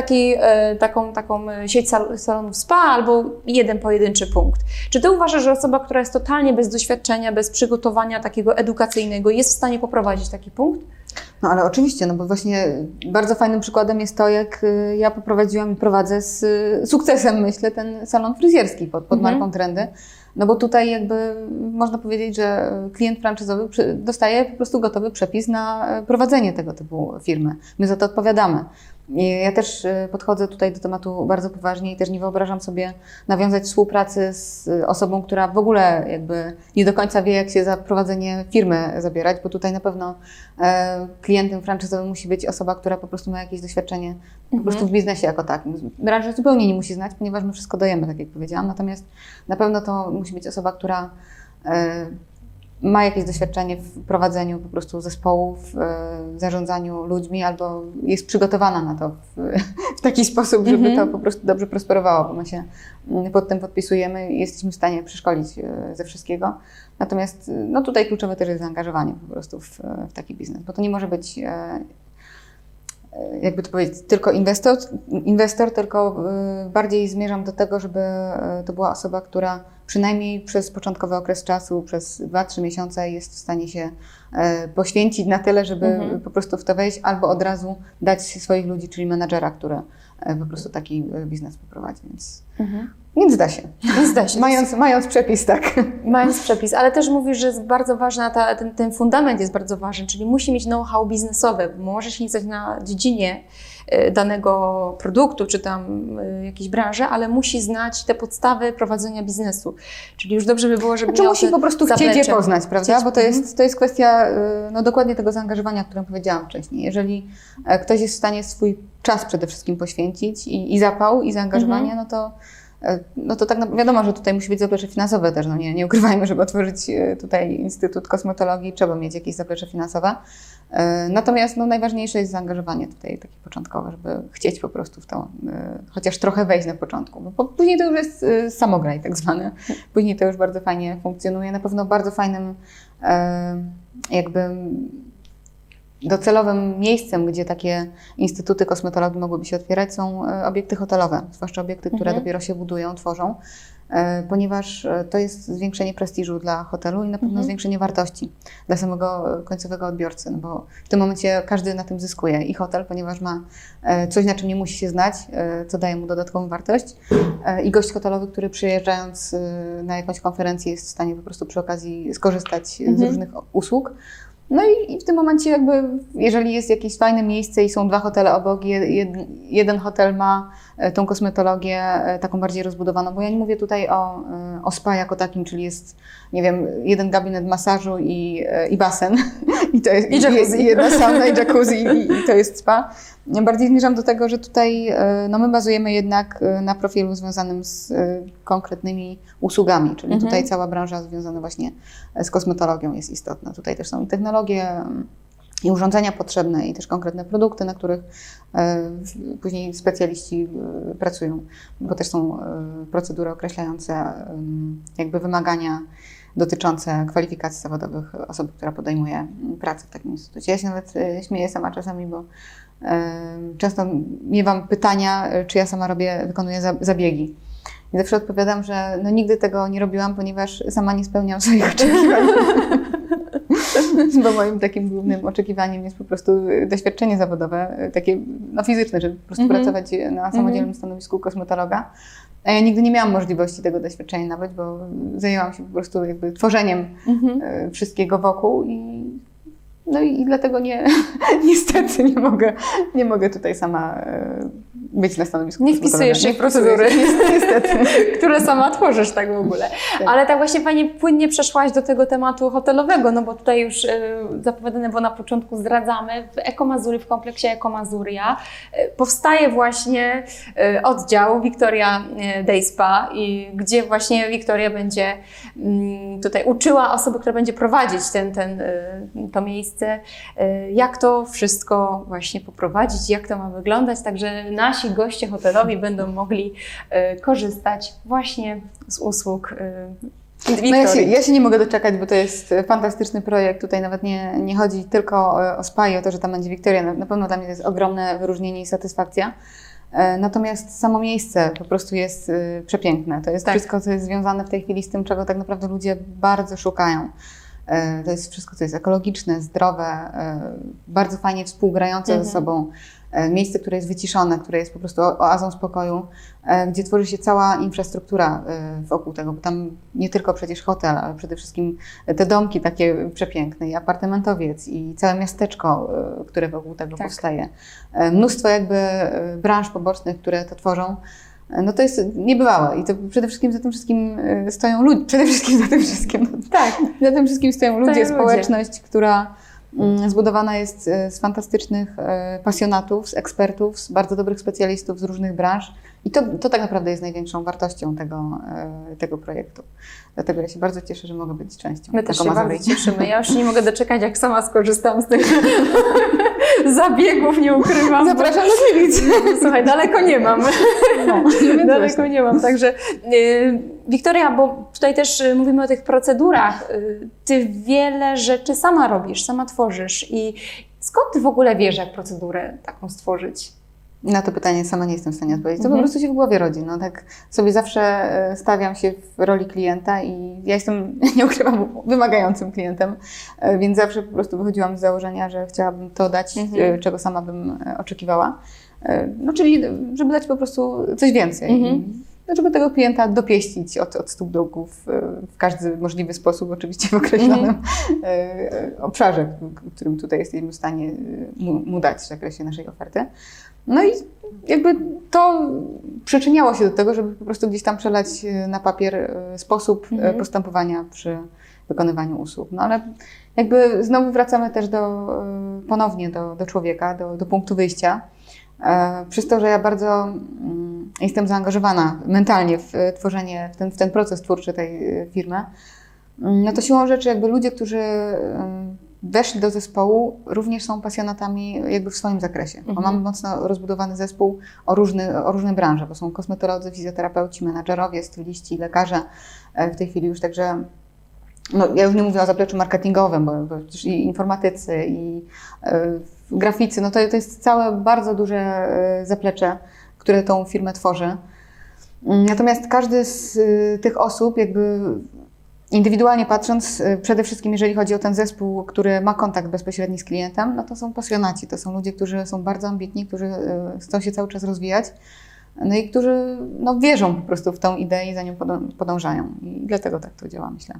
taką sieć salonów spa albo jeden pojedynczy punkt. Czy Ty uważasz, że osoba, która jest totalnie bez doświadczenia, bez przygotowania takiego edukacyjnego, jest w stanie poprowadzić taki punkt? No ale oczywiście, bo właśnie bardzo fajnym przykładem jest to, jak ja poprowadziłam i prowadzę z sukcesem, myślę, ten salon fryzjerski pod marką Trendy. No bo tutaj jakby można powiedzieć, że klient franczyzowy dostaje po prostu gotowy przepis na prowadzenie tego typu firmy. My za to odpowiadamy. Ja też podchodzę tutaj do tematu bardzo poważnie i też nie wyobrażam sobie nawiązać współpracy z osobą, która w ogóle jakby nie do końca wie, jak się za prowadzenie firmy zabierać, bo tutaj na pewno klientem franczyzowym musi być osoba, która po prostu ma jakieś doświadczenie po prostu w biznesie jako takim. Branży zupełnie nie musi znać, ponieważ my wszystko dajemy, tak jak powiedziałam, natomiast na pewno to musi być osoba, która ma jakieś doświadczenie w prowadzeniu po prostu zespołów, w zarządzaniu ludźmi, albo jest przygotowana na to w taki sposób, żeby to po prostu dobrze prosperowało, bo my się pod tym podpisujemy i jesteśmy w stanie przeszkolić ze wszystkiego. Natomiast tutaj kluczowe też jest zaangażowanie po prostu w taki biznes, bo to nie może być jakby to powiedzieć, tylko inwestor, tylko bardziej zmierzam do tego, żeby to była osoba, która przynajmniej przez początkowy okres czasu, przez 2-3 miesiące jest w stanie się poświęcić na tyle, żeby po prostu w to wejść, albo od razu dać swoich ludzi, czyli menadżera, który po prostu taki biznes poprowadzi, więc da się. Mając przepis, tak. Mając przepis, ale też mówisz, że jest bardzo ważna, ten fundament jest bardzo ważny, czyli musi mieć know-how biznesowe, bo może się nie znać na dziedzinie danego produktu, czy tam jakiejś branży, ale musi znać te podstawy prowadzenia biznesu. Czyli już dobrze by było, żeby miał musi po prostu chcieć je poznać, prawda? Bo to jest kwestia dokładnie tego zaangażowania, o którym powiedziałam wcześniej. Jeżeli ktoś jest w stanie swój czas przede wszystkim poświęcić i zapał, i zaangażowanie, no to tak wiadomo, że tutaj musi być zaplecze finansowe też. Nie ukrywajmy, żeby otworzyć tutaj Instytut Kosmetologii, trzeba mieć jakieś zaplecze finansowe. Natomiast najważniejsze jest zaangażowanie tutaj takie początkowe, żeby chcieć po prostu w to chociaż trochę wejść na początku. Bo później to już jest samograj tak zwany. Później to już bardzo fajnie funkcjonuje. Na pewno bardzo fajnym jakby docelowym miejscem, gdzie takie instytuty kosmetologii mogłyby się otwierać, są obiekty hotelowe, zwłaszcza obiekty, które dopiero się budują, tworzą, ponieważ to jest zwiększenie prestiżu dla hotelu i na pewno zwiększenie wartości dla samego końcowego odbiorcy, bo w tym momencie każdy na tym zyskuje i hotel, ponieważ ma coś, na czym nie musi się znać, co daje mu dodatkową wartość, i gość hotelowy, który przyjeżdżając na jakąś konferencję jest w stanie po prostu przy okazji skorzystać z różnych usług. No i w tym momencie jakby, jeżeli jest jakieś fajne miejsce i są 2 hotele obok, jeden hotel ma tą kosmetologię taką bardziej rozbudowaną, bo ja nie mówię tutaj o spa jako takim, czyli jest, nie wiem, jeden gabinet masażu i basen i to jest i jedna sauna i jacuzzi i to jest spa. Bardziej zmierzam do tego, że tutaj my bazujemy jednak na profilu związanym z konkretnymi usługami, czyli tutaj cała branża związana właśnie z kosmetologią jest istotna. Tutaj też są technologie i urządzenia potrzebne i też konkretne produkty, na których później specjaliści pracują, bo też są procedury określające jakby wymagania dotyczące kwalifikacji zawodowych osoby, która podejmuje pracę w takim instytucie. Ja się nawet śmieję sama czasami, bo często miewam pytania, czy ja sama wykonuję zabiegi. I zawsze odpowiadam, że no nigdy tego nie robiłam, ponieważ sama nie spełniam swoich oczekiwań. Bo moim takim głównym oczekiwaniem jest po prostu doświadczenie zawodowe, takie no, fizyczne, żeby po prostu pracować na samodzielnym stanowisku kosmetologa. A ja nigdy nie miałam możliwości tego doświadczenia nabyć, bo zajęłam się po prostu jakby tworzeniem wszystkiego wokół i dlatego niestety nie mogę tutaj sama być na stanowisku. Nie wpisujesz się w procedury, niestety. które sama tworzysz tak w ogóle. Tak. Ale tak właśnie Pani płynnie przeszłaś do tego tematu hotelowego, no bo tutaj już zapowiadane było na początku, zdradzamy, w Eko-Mazury, w kompleksie Eko-Mazuria powstaje właśnie oddział Victoria Day Spa, gdzie właśnie Victoria będzie tutaj uczyła osoby, która będzie prowadzić to miejsce, jak to wszystko właśnie poprowadzić, jak to ma wyglądać, także nasi goście hotelowi będą mogli korzystać właśnie z usług Wiktorii. No ja się nie mogę doczekać, bo to jest fantastyczny projekt. Tutaj nawet nie chodzi tylko o spa i o to, że tam będzie Wiktoria. Na pewno dla mnie to jest ogromne wyróżnienie i satysfakcja. Natomiast samo miejsce po prostu jest przepiękne. To jest wszystko, co jest związane w tej chwili z tym, czego tak naprawdę ludzie bardzo szukają. To jest wszystko, co jest ekologiczne, zdrowe, bardzo fajnie współgrające ze sobą. Miejsce, które jest wyciszone, które jest po prostu oazą spokoju, gdzie tworzy się cała infrastruktura wokół tego, bo tam nie tylko przecież hotel, ale przede wszystkim te domki takie przepiękne i apartamentowiec i całe miasteczko, które wokół tego powstaje. Mnóstwo jakby branż pobocznych, które to tworzą. No to jest niebywałe i to przede wszystkim za tym wszystkim stoją ludzie. Przede wszystkim za tym wszystkim. No, tak, za tym wszystkim stoją ludzie, społeczność, która zbudowana jest z fantastycznych pasjonatów, z ekspertów, z bardzo dobrych specjalistów z różnych branż. I to tak naprawdę jest największą wartością tego projektu. Dlatego ja się bardzo cieszę, że mogę być częścią. My też się bardzo cieszymy. Ja już nie mogę doczekać, jak sama skorzystam z tych zabiegów, nie ukrywam. Zapraszam do Gliwic. Słuchaj, daleko nie mam. No, daleko nie mam. Także Wiktoria, bo tutaj też mówimy o tych procedurach. Ty wiele rzeczy sama robisz, sama tworzysz. I skąd ty w ogóle wiesz, jak procedurę taką stworzyć? Na to pytanie sama nie jestem w stanie odpowiedzieć. To po prostu się w głowie rodzi. No, tak sobie zawsze stawiam się w roli klienta i ja jestem, nie ukrywam, wymagającym klientem, więc zawsze po prostu wychodziłam z założenia, że chciałabym to dać, czego sama bym oczekiwała. No, czyli żeby dać po prostu coś więcej. Żeby tego klienta dopieścić od stóp do głów w każdy możliwy sposób, oczywiście w określonym obszarze, w którym tutaj jesteśmy w stanie mu dać w zakresie naszej oferty. No i jakby to przyczyniało się do tego, żeby po prostu gdzieś tam przelać na papier sposób postępowania przy wykonywaniu usług. No ale jakby znowu wracamy też ponownie do człowieka, do punktu wyjścia. Przez to, że ja bardzo jestem zaangażowana mentalnie w tworzenie, w ten proces twórczy tej firmy, no to siłą rzeczy jakby ludzie, którzy weszli do zespołu, również są pasjonatami jakby w swoim zakresie. Bo mamy mocno rozbudowany zespół o różne branże, bo są kosmetolodzy, fizjoterapeuci, menadżerowie, styliści, lekarze w tej chwili już, także no, ja już nie mówię o zapleczu marketingowym, bo też i informatycy, i graficy, no to jest całe bardzo duże zaplecze, które tą firmę tworzy. Natomiast każdy z tych osób jakby indywidualnie patrząc, przede wszystkim jeżeli chodzi o ten zespół, który ma kontakt bezpośredni z klientem, no to są pasjonaci, to są ludzie, którzy są bardzo ambitni, którzy chcą się cały czas rozwijać, no i którzy no, wierzą po prostu w tą ideę i za nią podążają. I dlatego tak to działa, myślę.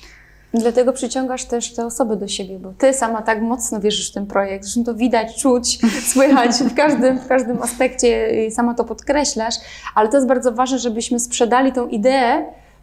Dlatego przyciągasz też te osoby do siebie, bo ty sama tak mocno wierzysz w ten projekt, zresztą to widać, czuć, słychać w każdym aspekcie i sama to podkreślasz, ale to jest bardzo ważne, żebyśmy sprzedali tą ideę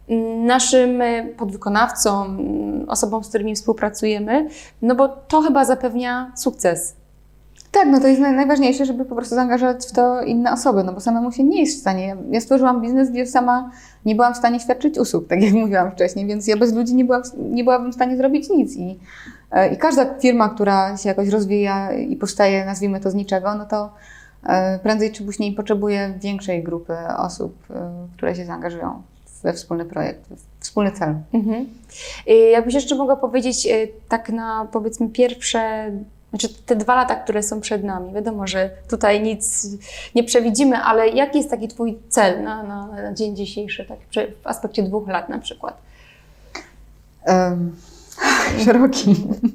naszym podwykonawcom, osobom, z którymi współpracujemy, no bo to chyba zapewnia sukces. Tak, no to jest najważniejsze, żeby po prostu zaangażować w to inne osoby, no bo samemu się nie jest w stanie. Ja stworzyłam biznes, gdzie sama nie byłam w stanie świadczyć usług, tak jak mówiłam wcześniej, więc ja bez ludzi nie byłabym w stanie zrobić nic. I każda firma, która się jakoś rozwija i powstaje, nazwijmy to z niczego, no to prędzej czy później potrzebuje większej grupy osób, które się zaangażują we wspólny projekt, we wspólny cel. Mhm. Jakbyś jeszcze mogła powiedzieć tak na powiedzmy pierwsze, znaczy te 2 lata, które są przed nami. Wiadomo, że tutaj nic nie przewidzimy, ale jaki jest taki Twój cel na dzień dzisiejszy, tak w aspekcie 2 lat na przykład? Szeroki.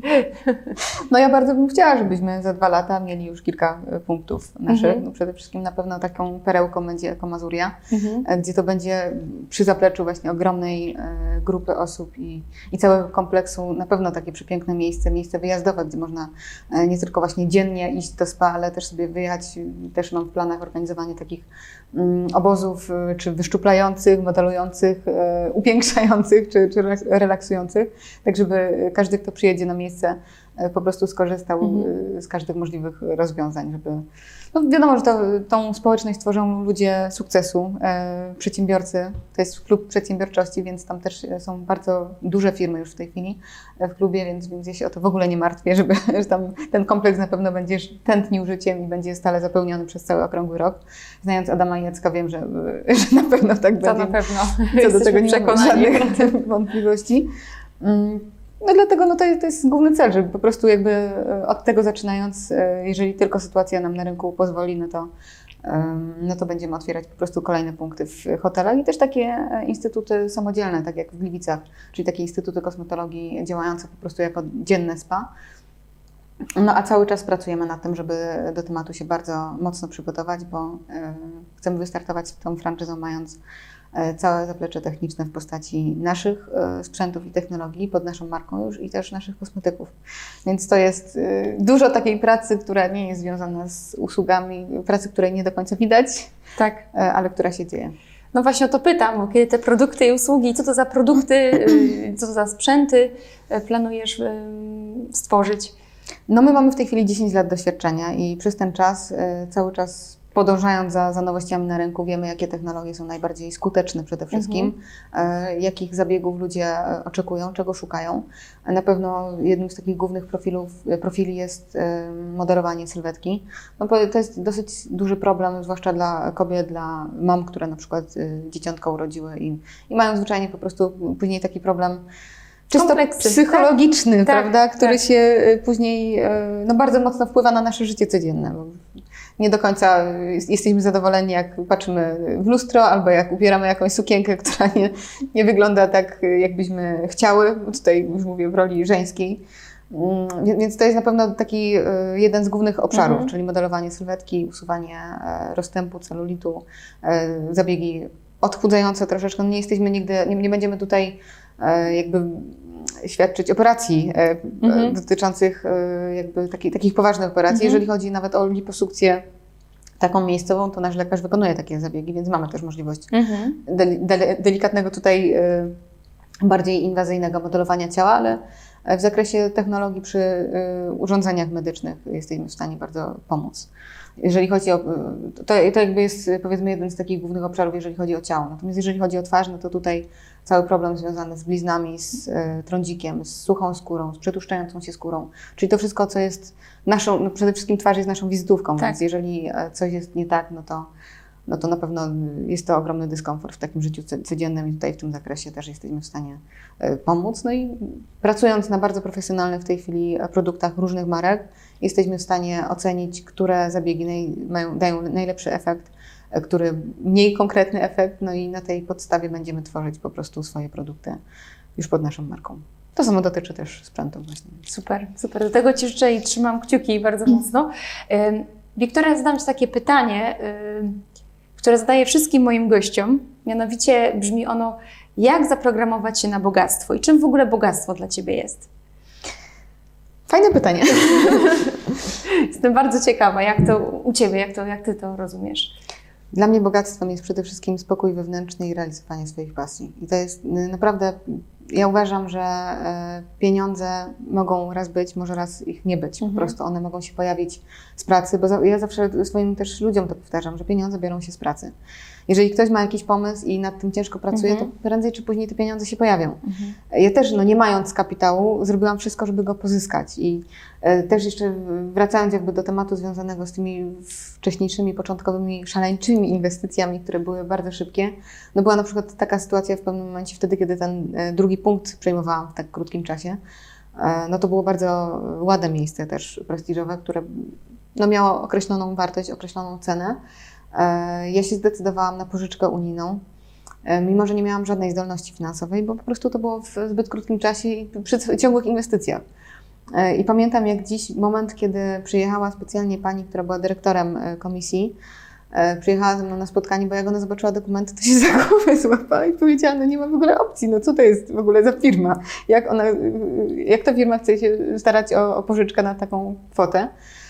No ja bardzo bym chciała, żebyśmy za 2 lata mieli już kilka punktów naszych. No przede wszystkim na pewno taką perełką będzie Eko-Mazuria, gdzie to będzie przy zapleczu właśnie ogromnej grupy osób i całego kompleksu na pewno takie przepiękne miejsce wyjazdowe, gdzie można nie tylko właśnie dziennie iść do spa, ale też sobie wyjechać. Też mam w planach organizowanie takich obozów, czy wyszczuplających, modelujących, upiększających, czy relaksujących, tak żeby każdy, kto przyjedzie na miejsce, po prostu skorzystał z każdych możliwych rozwiązań, żeby... No wiadomo, że tą społeczność tworzą ludzie sukcesu, przedsiębiorcy. To jest klub przedsiębiorczości, więc tam też są bardzo duże firmy już w tej chwili w klubie, więc ja się o to w ogóle nie martwię, że tam ten kompleks na pewno będzie tętnił życiem i będzie stale zapełniony przez cały okrągły rok. Znając Adama i Jacka, wiem, że na pewno tak będzie. To na pewno. Co do tego nie mam żadnych wątpliwości. No dlatego no to jest główny cel, żeby po prostu jakby od tego zaczynając, jeżeli tylko sytuacja nam na rynku pozwoli, no to będziemy otwierać po prostu kolejne punkty w hotelach i też takie instytuty samodzielne, tak jak w Gliwicach, czyli takie instytuty kosmetologii działające po prostu jako dzienne spa. No a cały czas pracujemy nad tym, żeby do tematu się bardzo mocno przygotować, bo chcemy wystartować z tą franczyzą, mając całe zaplecze techniczne w postaci naszych sprzętów i technologii pod naszą marką już i też naszych kosmetyków. Więc to jest dużo takiej pracy, która nie jest związana z usługami, pracy, której nie do końca widać, tak, ale która się dzieje. No właśnie o to pytam, bo kiedy te produkty i usługi, co to za produkty, co to za sprzęty planujesz stworzyć? No my mamy w tej chwili 10 lat doświadczenia i przez ten czas cały czas podążając za nowościami na rynku, wiemy, jakie technologie są najbardziej skuteczne przede wszystkim, jakich zabiegów ludzie oczekują, czego szukają. Na pewno jednym z takich głównych profili jest modelowanie sylwetki. No bo to jest dosyć duży problem, zwłaszcza dla kobiet, dla mam, które na przykład dzieciątka urodziły i mają zwyczajnie po prostu później taki problem czysto kompleksy, psychologiczny, tak? prawda, który tak. się później no, bardzo mocno wpływa na nasze życie codzienne. Bo nie do końca jesteśmy zadowoleni, jak patrzymy w lustro, albo jak ubieramy jakąś sukienkę, która nie wygląda tak, jakbyśmy chciały. Tutaj już mówię w roli żeńskiej. Więc to jest na pewno taki jeden z głównych obszarów, czyli modelowanie sylwetki, usuwanie rozstępu, celulitu, zabiegi odchudzające troszeczkę. Nie jesteśmy nigdy, nie będziemy tutaj jakby świadczyć operacji dotyczących jakby takich poważnych operacji. Jeżeli chodzi nawet o liposukcję taką miejscową, to nasz lekarz wykonuje takie zabiegi, więc mamy też możliwość delikatnego tutaj bardziej inwazyjnego modelowania ciała, ale w zakresie technologii przy urządzeniach medycznych jesteśmy w stanie bardzo pomóc. Jeżeli chodzi o, to jakby jest powiedzmy jeden z takich głównych obszarów, jeżeli chodzi o ciało. Natomiast jeżeli chodzi o twarz, no to tutaj cały problem związany z bliznami, z trądzikiem, z suchą skórą, z przetłuszczającą się skórą. Czyli to wszystko, co jest naszą, no przede wszystkim twarz jest naszą wizytówką, tak. Więc jeżeli coś jest nie tak, no to na pewno jest to ogromny dyskomfort w takim życiu codziennym i tutaj w tym zakresie też jesteśmy w stanie pomóc. No i pracując na bardzo profesjonalnych w tej chwili produktach różnych marek, jesteśmy w stanie ocenić, które zabiegi dają najlepszy efekt, który mniej konkretny efekt, no i na tej podstawie będziemy tworzyć po prostu swoje produkty już pod naszą marką. To samo dotyczy też sprzętu właśnie. Super, super. Do tego Ci życzę i trzymam kciuki bardzo mocno. Wiktoria, zadam Ci takie pytanie, które zadaję wszystkim moim gościom. Mianowicie brzmi ono, jak zaprogramować się na bogactwo i czym w ogóle bogactwo dla Ciebie jest? Fajne pytanie. Jestem bardzo ciekawa, jak to u Ciebie, jak Ty to rozumiesz? Dla mnie bogactwem jest przede wszystkim spokój wewnętrzny i realizowanie swoich pasji. I to jest naprawdę ja uważam, że pieniądze mogą raz być, może raz ich nie być. Po prostu one mogą się pojawić z pracy, bo ja zawsze swoim też ludziom to powtarzam, że pieniądze biorą się z pracy. Jeżeli ktoś ma jakiś pomysł i nad tym ciężko pracuje, to prędzej czy później te pieniądze się pojawią. Ja też, nie mając kapitału, zrobiłam wszystko, żeby go pozyskać. I też jeszcze wracając jakby do tematu związanego z tymi wcześniejszymi, początkowymi, szaleńczymi inwestycjami, które były bardzo szybkie, była na przykład taka sytuacja w pewnym momencie wtedy, kiedy ten drugi punkt przejmowałam w tak krótkim czasie, to było bardzo ładne miejsce też prestiżowe, które miało określoną wartość, określoną cenę. Ja się zdecydowałam na pożyczkę unijną, mimo że nie miałam żadnej zdolności finansowej, bo po prostu to było w zbyt krótkim czasie i przy ciągłych inwestycjach. I pamiętam jak dziś moment, kiedy przyjechała specjalnie pani, która była dyrektorem komisji, przyjechała ze mną na spotkanie, bo jak ona zobaczyła dokumenty, to się za głowę złapała i powiedziała, nie ma w ogóle opcji, co to jest w ogóle za firma? Jak ta firma chce się starać o pożyczkę na taką kwotę?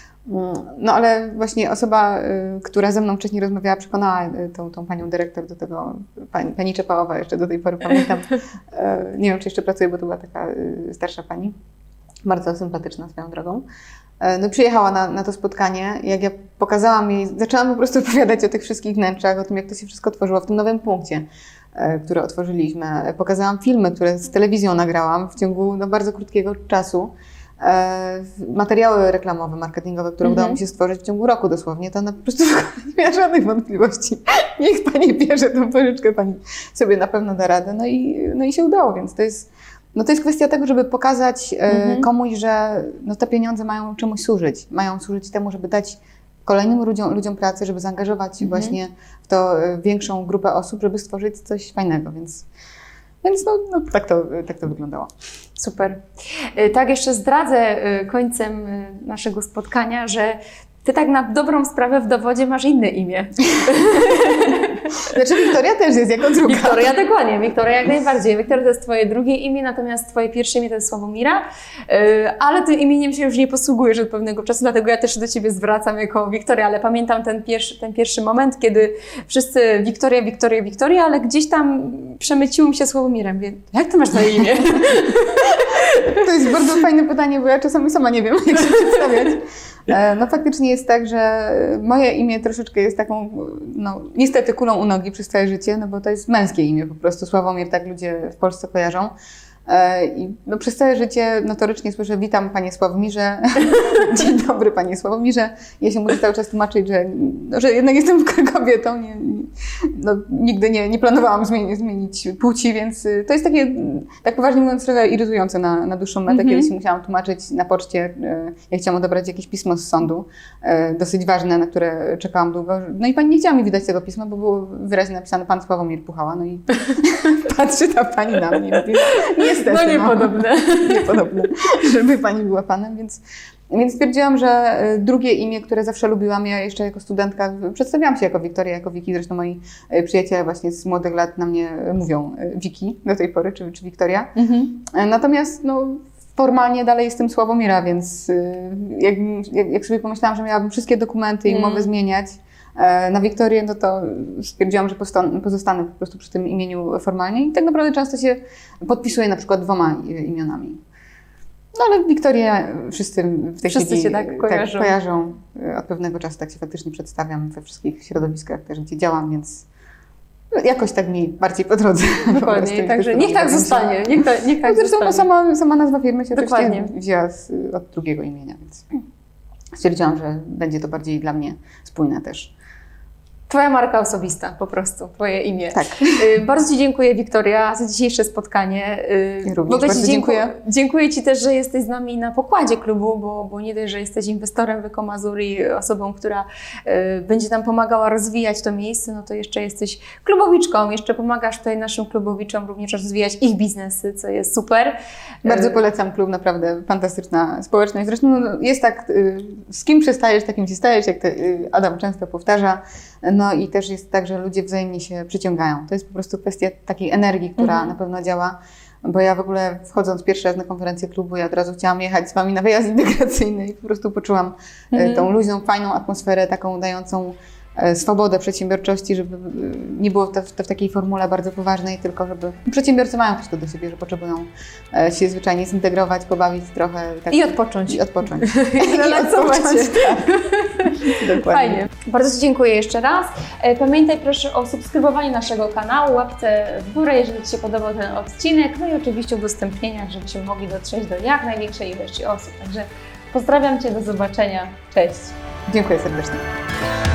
Ale właśnie osoba, która ze mną wcześniej rozmawiała, przekonała tą panią dyrektor do tego, pani Czepałowa, jeszcze do tej pory pamiętam. Nie wiem, czy jeszcze pracuje, bo to była taka starsza pani, bardzo sympatyczna swoją drogą. Przyjechała na to spotkanie. Jak ja pokazałam jej, zaczęłam po prostu opowiadać o tych wszystkich wnętrzach, o tym, jak to się wszystko tworzyło w tym nowym punkcie, który otworzyliśmy. Pokazałam filmy, które z telewizją nagrałam w ciągu bardzo krótkiego czasu. Materiały reklamowe, marketingowe, które udało mi się stworzyć w ciągu roku dosłownie, to ona po prostu nie miała żadnych wątpliwości. Niech pani bierze tą pożyczkę, pani sobie na pewno da radę. No i się udało, więc to jest kwestia tego, żeby pokazać komuś, że te pieniądze mają czemuś służyć. Mają służyć temu, żeby dać kolejnym ludziom pracę, żeby zaangażować właśnie w to większą grupę osób, żeby stworzyć coś fajnego, więc tak to wyglądało. Super. Tak, jeszcze zdradzę końcem naszego spotkania, że ty tak na dobrą sprawę w dowodzie masz inne imię. Znaczy Wiktoria też jest jako druga. Wiktoria, dokładnie. Wiktoria jak najbardziej. Wiktoria to jest twoje drugie imię, natomiast twoje pierwsze imię to jest Sławomira, ale tym imieniem się już nie posługujesz od pewnego czasu, dlatego ja też do ciebie zwracam jako Wiktoria, ale pamiętam ten pierwszy moment, kiedy wszyscy Wiktoria, ale gdzieś tam przemyciło mi się Sławomirem. Jak ty masz na imię? To jest bardzo fajne pytanie, bo ja czasami sama nie wiem, jak się przedstawiać. Faktycznie jest tak, że moje imię troszeczkę jest taką, niestety kulą u nogi przez całe życie, bo to jest męskie imię po prostu. Sławomir, tak ludzie w Polsce kojarzą. I przez całe życie notorycznie słyszę: witam panie Sławomirze, dzień dobry panie Sławomirze. Ja się muszę cały czas tłumaczyć, że jednak jestem kobietą, nigdy nie planowałam zmienić płci, więc to jest takie, tak poważnie mówiąc, trochę irytujące na dłuższą metę. Kiedyś się musiałam tłumaczyć na poczcie, jak chciałam odebrać jakieś pismo z sądu, dosyć ważne, na które czekałam długo. I pani nie chciała mi wydać tego pisma, bo było wyraźnie napisane pan Sławomir Puchała. I patrzy ta pani na mnie i mówi: niestety, niepodobne, żeby pani była panem, więc stwierdziłam, że drugie imię, które zawsze lubiłam, ja jeszcze jako studentka przedstawiałam się jako Wiktoria, jako Wiki, zresztą moi przyjaciele właśnie z młodych lat na mnie mówią Wiki do tej pory, czy Wiktoria. Natomiast formalnie dalej jestem Sławomira, więc jak sobie pomyślałam, że miałabym wszystkie dokumenty i umowy zmieniać na Wiktorię, to stwierdziłam, że pozostanę po prostu przy tym imieniu formalnie i tak naprawdę często się podpisuję na przykład 2 imionami. Ale Wiktorię wszyscy w tej chwili się tak kojarzą. Od pewnego czasu tak się faktycznie przedstawiam we wszystkich środowiskach też, gdzie działam, więc jakoś tak mi bardziej po drodze. Dokładnie, także niech tak zostanie. Niech tak zresztą sama nazwa firmy się oczywiście wzięła od drugiego imienia, więc stwierdziłam, że będzie to bardziej dla mnie spójne też. Twoja marka osobista, po prostu, twoje imię. Tak. Bardzo ci dziękuję, Wiktoria, za dzisiejsze spotkanie. Ja również bardzo dziękuję. Dziękuję ci też, że jesteś z nami na pokładzie klubu, bo nie dość, że jesteś inwestorem w Eko-Mazur i osobą, która będzie nam pomagała rozwijać to miejsce, to jeszcze jesteś klubowiczką, jeszcze pomagasz tutaj naszym klubowiczom również rozwijać ich biznesy, co jest super. Bardzo polecam klub, naprawdę fantastyczna społeczność. Zresztą jest tak, z kim przystajesz, takim się stajesz, jak Adam często powtarza. I też jest tak, że ludzie wzajemnie się przyciągają. To jest po prostu kwestia takiej energii, która na pewno działa, bo ja w ogóle wchodząc pierwszy raz na konferencję klubu, ja od razu chciałam jechać z wami na wyjazd integracyjny i po prostu poczułam tą luźną, fajną atmosferę, taką dającą swobodę przedsiębiorczości, żeby nie było to w takiej formule bardzo poważnej, tylko żeby przedsiębiorcy mają też to do siebie, że potrzebują się zwyczajnie zintegrować, pobawić trochę. Tak, I odpocząć. I odpocząć. I relaksować się. Dokładnie. Fajnie. Bardzo Ci dziękuję jeszcze raz. Pamiętaj proszę o subskrybowaniu naszego kanału, łapce w górę, jeżeli Ci się podobał ten odcinek, no i oczywiście udostępnieniach, żebyśmy mogli dotrzeć do jak największej ilości osób. Także pozdrawiam Cię, do zobaczenia. Cześć. Dziękuję serdecznie.